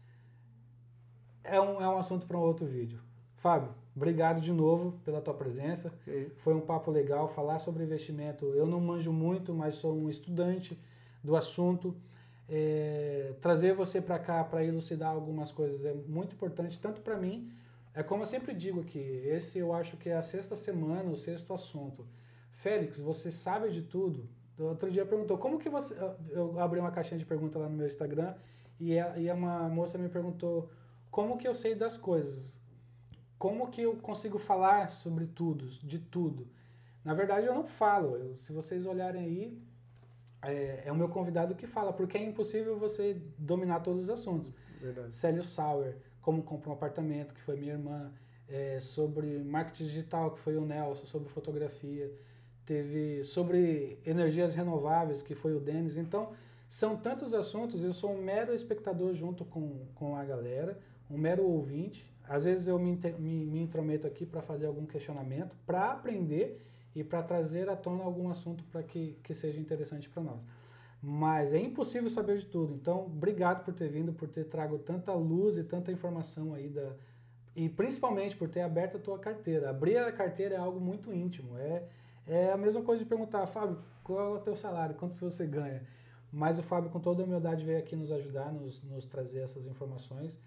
É um, é um assunto para um outro vídeo. Fábio, obrigado de novo pela tua presença. Que isso. Foi um papo legal falar sobre investimento. Eu não manjo muito, mas sou um estudante do assunto. É, trazer você para cá para elucidar algumas coisas é muito importante, tanto para mim, é como eu sempre digo aqui, esse eu acho que é a sexta semana, o sexto assunto. Félix, você sabe de tudo? Outro dia perguntou, como que você... Eu abri uma caixinha de pergunta lá no meu Instagram e, e uma moça me perguntou, como que eu sei das coisas? Como que eu consigo falar sobre tudo, de tudo? Na verdade, eu não falo. Eu, se vocês olharem aí, é, é o meu convidado que fala, porque é impossível você dominar todos os assuntos. Verdade. Célio Sauer, como comprar um apartamento, que foi minha irmã, é, sobre marketing digital, que foi o Nelson, sobre fotografia, teve sobre energias renováveis, que foi o Denis. Então, são tantos assuntos, eu sou um mero espectador junto com, com a galera, um mero ouvinte. Às vezes eu me, me, me intrometo aqui para fazer algum questionamento, para aprender e para trazer à tona algum assunto para que, que seja interessante para nós. Mas é impossível saber de tudo. Então, obrigado por ter vindo, por ter trago tanta luz e tanta informação aí, da, e principalmente por ter aberto a tua carteira. Abrir a carteira é algo muito íntimo, é, É a mesma coisa de perguntar, Fábio, qual é o teu salário, quanto você ganha? Mas o Fábio, com toda a humildade, veio aqui nos ajudar, nos, nos trazer essas informações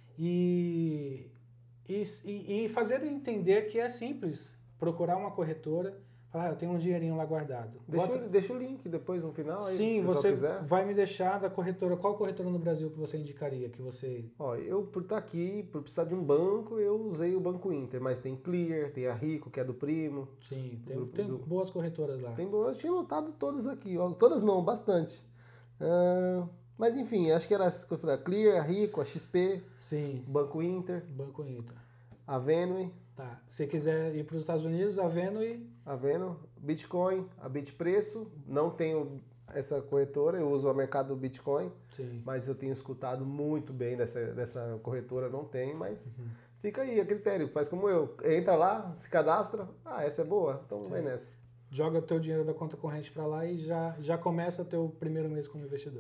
e, e, e fazer entender que é simples procurar uma corretora, falar, ah, eu tenho um dinheirinho lá guardado. Deixa, Bota... deixa o link depois no final, aí, Sim, se o pessoal você quiser. vai me deixar da corretora. Qual corretora no Brasil que você indicaria? Que você... Ó, eu, por estar aqui, por precisar de um banco, eu usei o Banco Inter, mas tem Clear, tem a Rico, que é do primo. Sim, tem, grupo tem do- boas corretoras lá. Tem, eu tinha notado todas aqui, ó, todas não, bastante. Ah, mas enfim, acho que era essa que eu falei, a Clear, a Rico, a X P, Sim, o Banco Inter, Banco Inter. a Venue, Tá. Se quiser ir para os Estados Unidos, a Venue, a Venue, Bitcoin, a Bitpreço, não tenho essa corretora, eu uso o mercado do Bitcoin, sim. mas eu tenho escutado muito bem dessa, dessa corretora, não tem, mas fica aí, a critério, faz como eu, entra lá, se cadastra, ah, essa é boa, então vai nessa. Joga o teu dinheiro da conta corrente para lá e já, já começa o teu primeiro mês como investidor.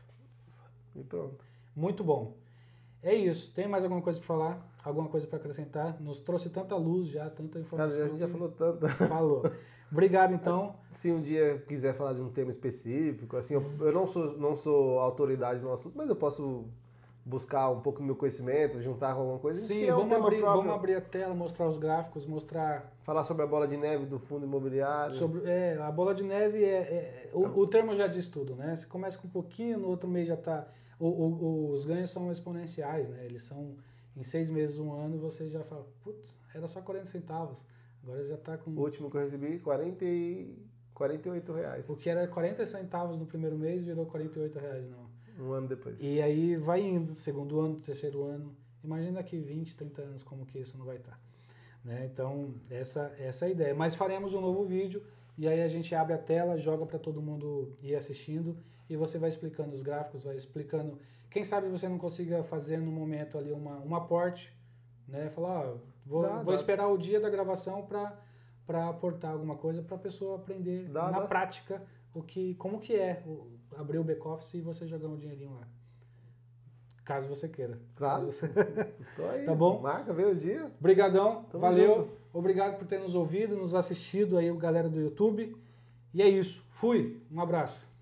E pronto. Muito bom. É isso. Tem mais alguma coisa para falar? Alguma coisa para acrescentar? Nos trouxe tanta luz já, tanta informação. Cara, a gente já que- falou tanto. Falou. Obrigado, então. Se um dia quiser falar de um tema específico, assim, eu, eu não sou não sou autoridade no assunto, mas eu posso buscar um pouco do meu conhecimento, juntar com alguma coisa. Se Sim, tiver um vamos tema abrir, próprio, vamos abrir a tela, mostrar os gráficos, mostrar falar sobre a bola de neve do fundo imobiliário. sobre... É, a bola de neve, é, é- o, o termo já diz tudo, né? Você começa com um pouquinho, no outro mês já está... Os ganhos são exponenciais, né? Eles são, em seis meses, um ano, você já fala, putz, era só quarenta centavos, agora já está com... O último que eu recebi, quarenta e oito reais. O que era quarenta centavos no primeiro mês virou quarenta e oito reais, não. Um ano depois. E aí vai indo, segundo ano, terceiro ano. Imagina daqui vinte, trinta anos como que isso não vai estar. Né? Então, essa, essa é a ideia. Mas faremos um novo vídeo e aí a gente abre a tela, joga para todo mundo ir assistindo e você vai explicando os gráficos, vai explicando. Quem sabe você não consiga fazer no momento ali uma, um aporte, né? Falar, ó, vou, Dá, vou dá. esperar o dia da gravação para aportar alguma coisa para a pessoa aprender Dá, na dá. prática o que, como que é o, abrir o back-office e você jogar um dinheirinho lá. Caso você queira. Claro. Caso você- Tô aí. Tá bom? Marca, vê o dia. Obrigadão, Tamo valeu. junto. Obrigado por ter nos ouvido, nos assistido aí, o galera do YouTube. E é isso. Fui. Um abraço.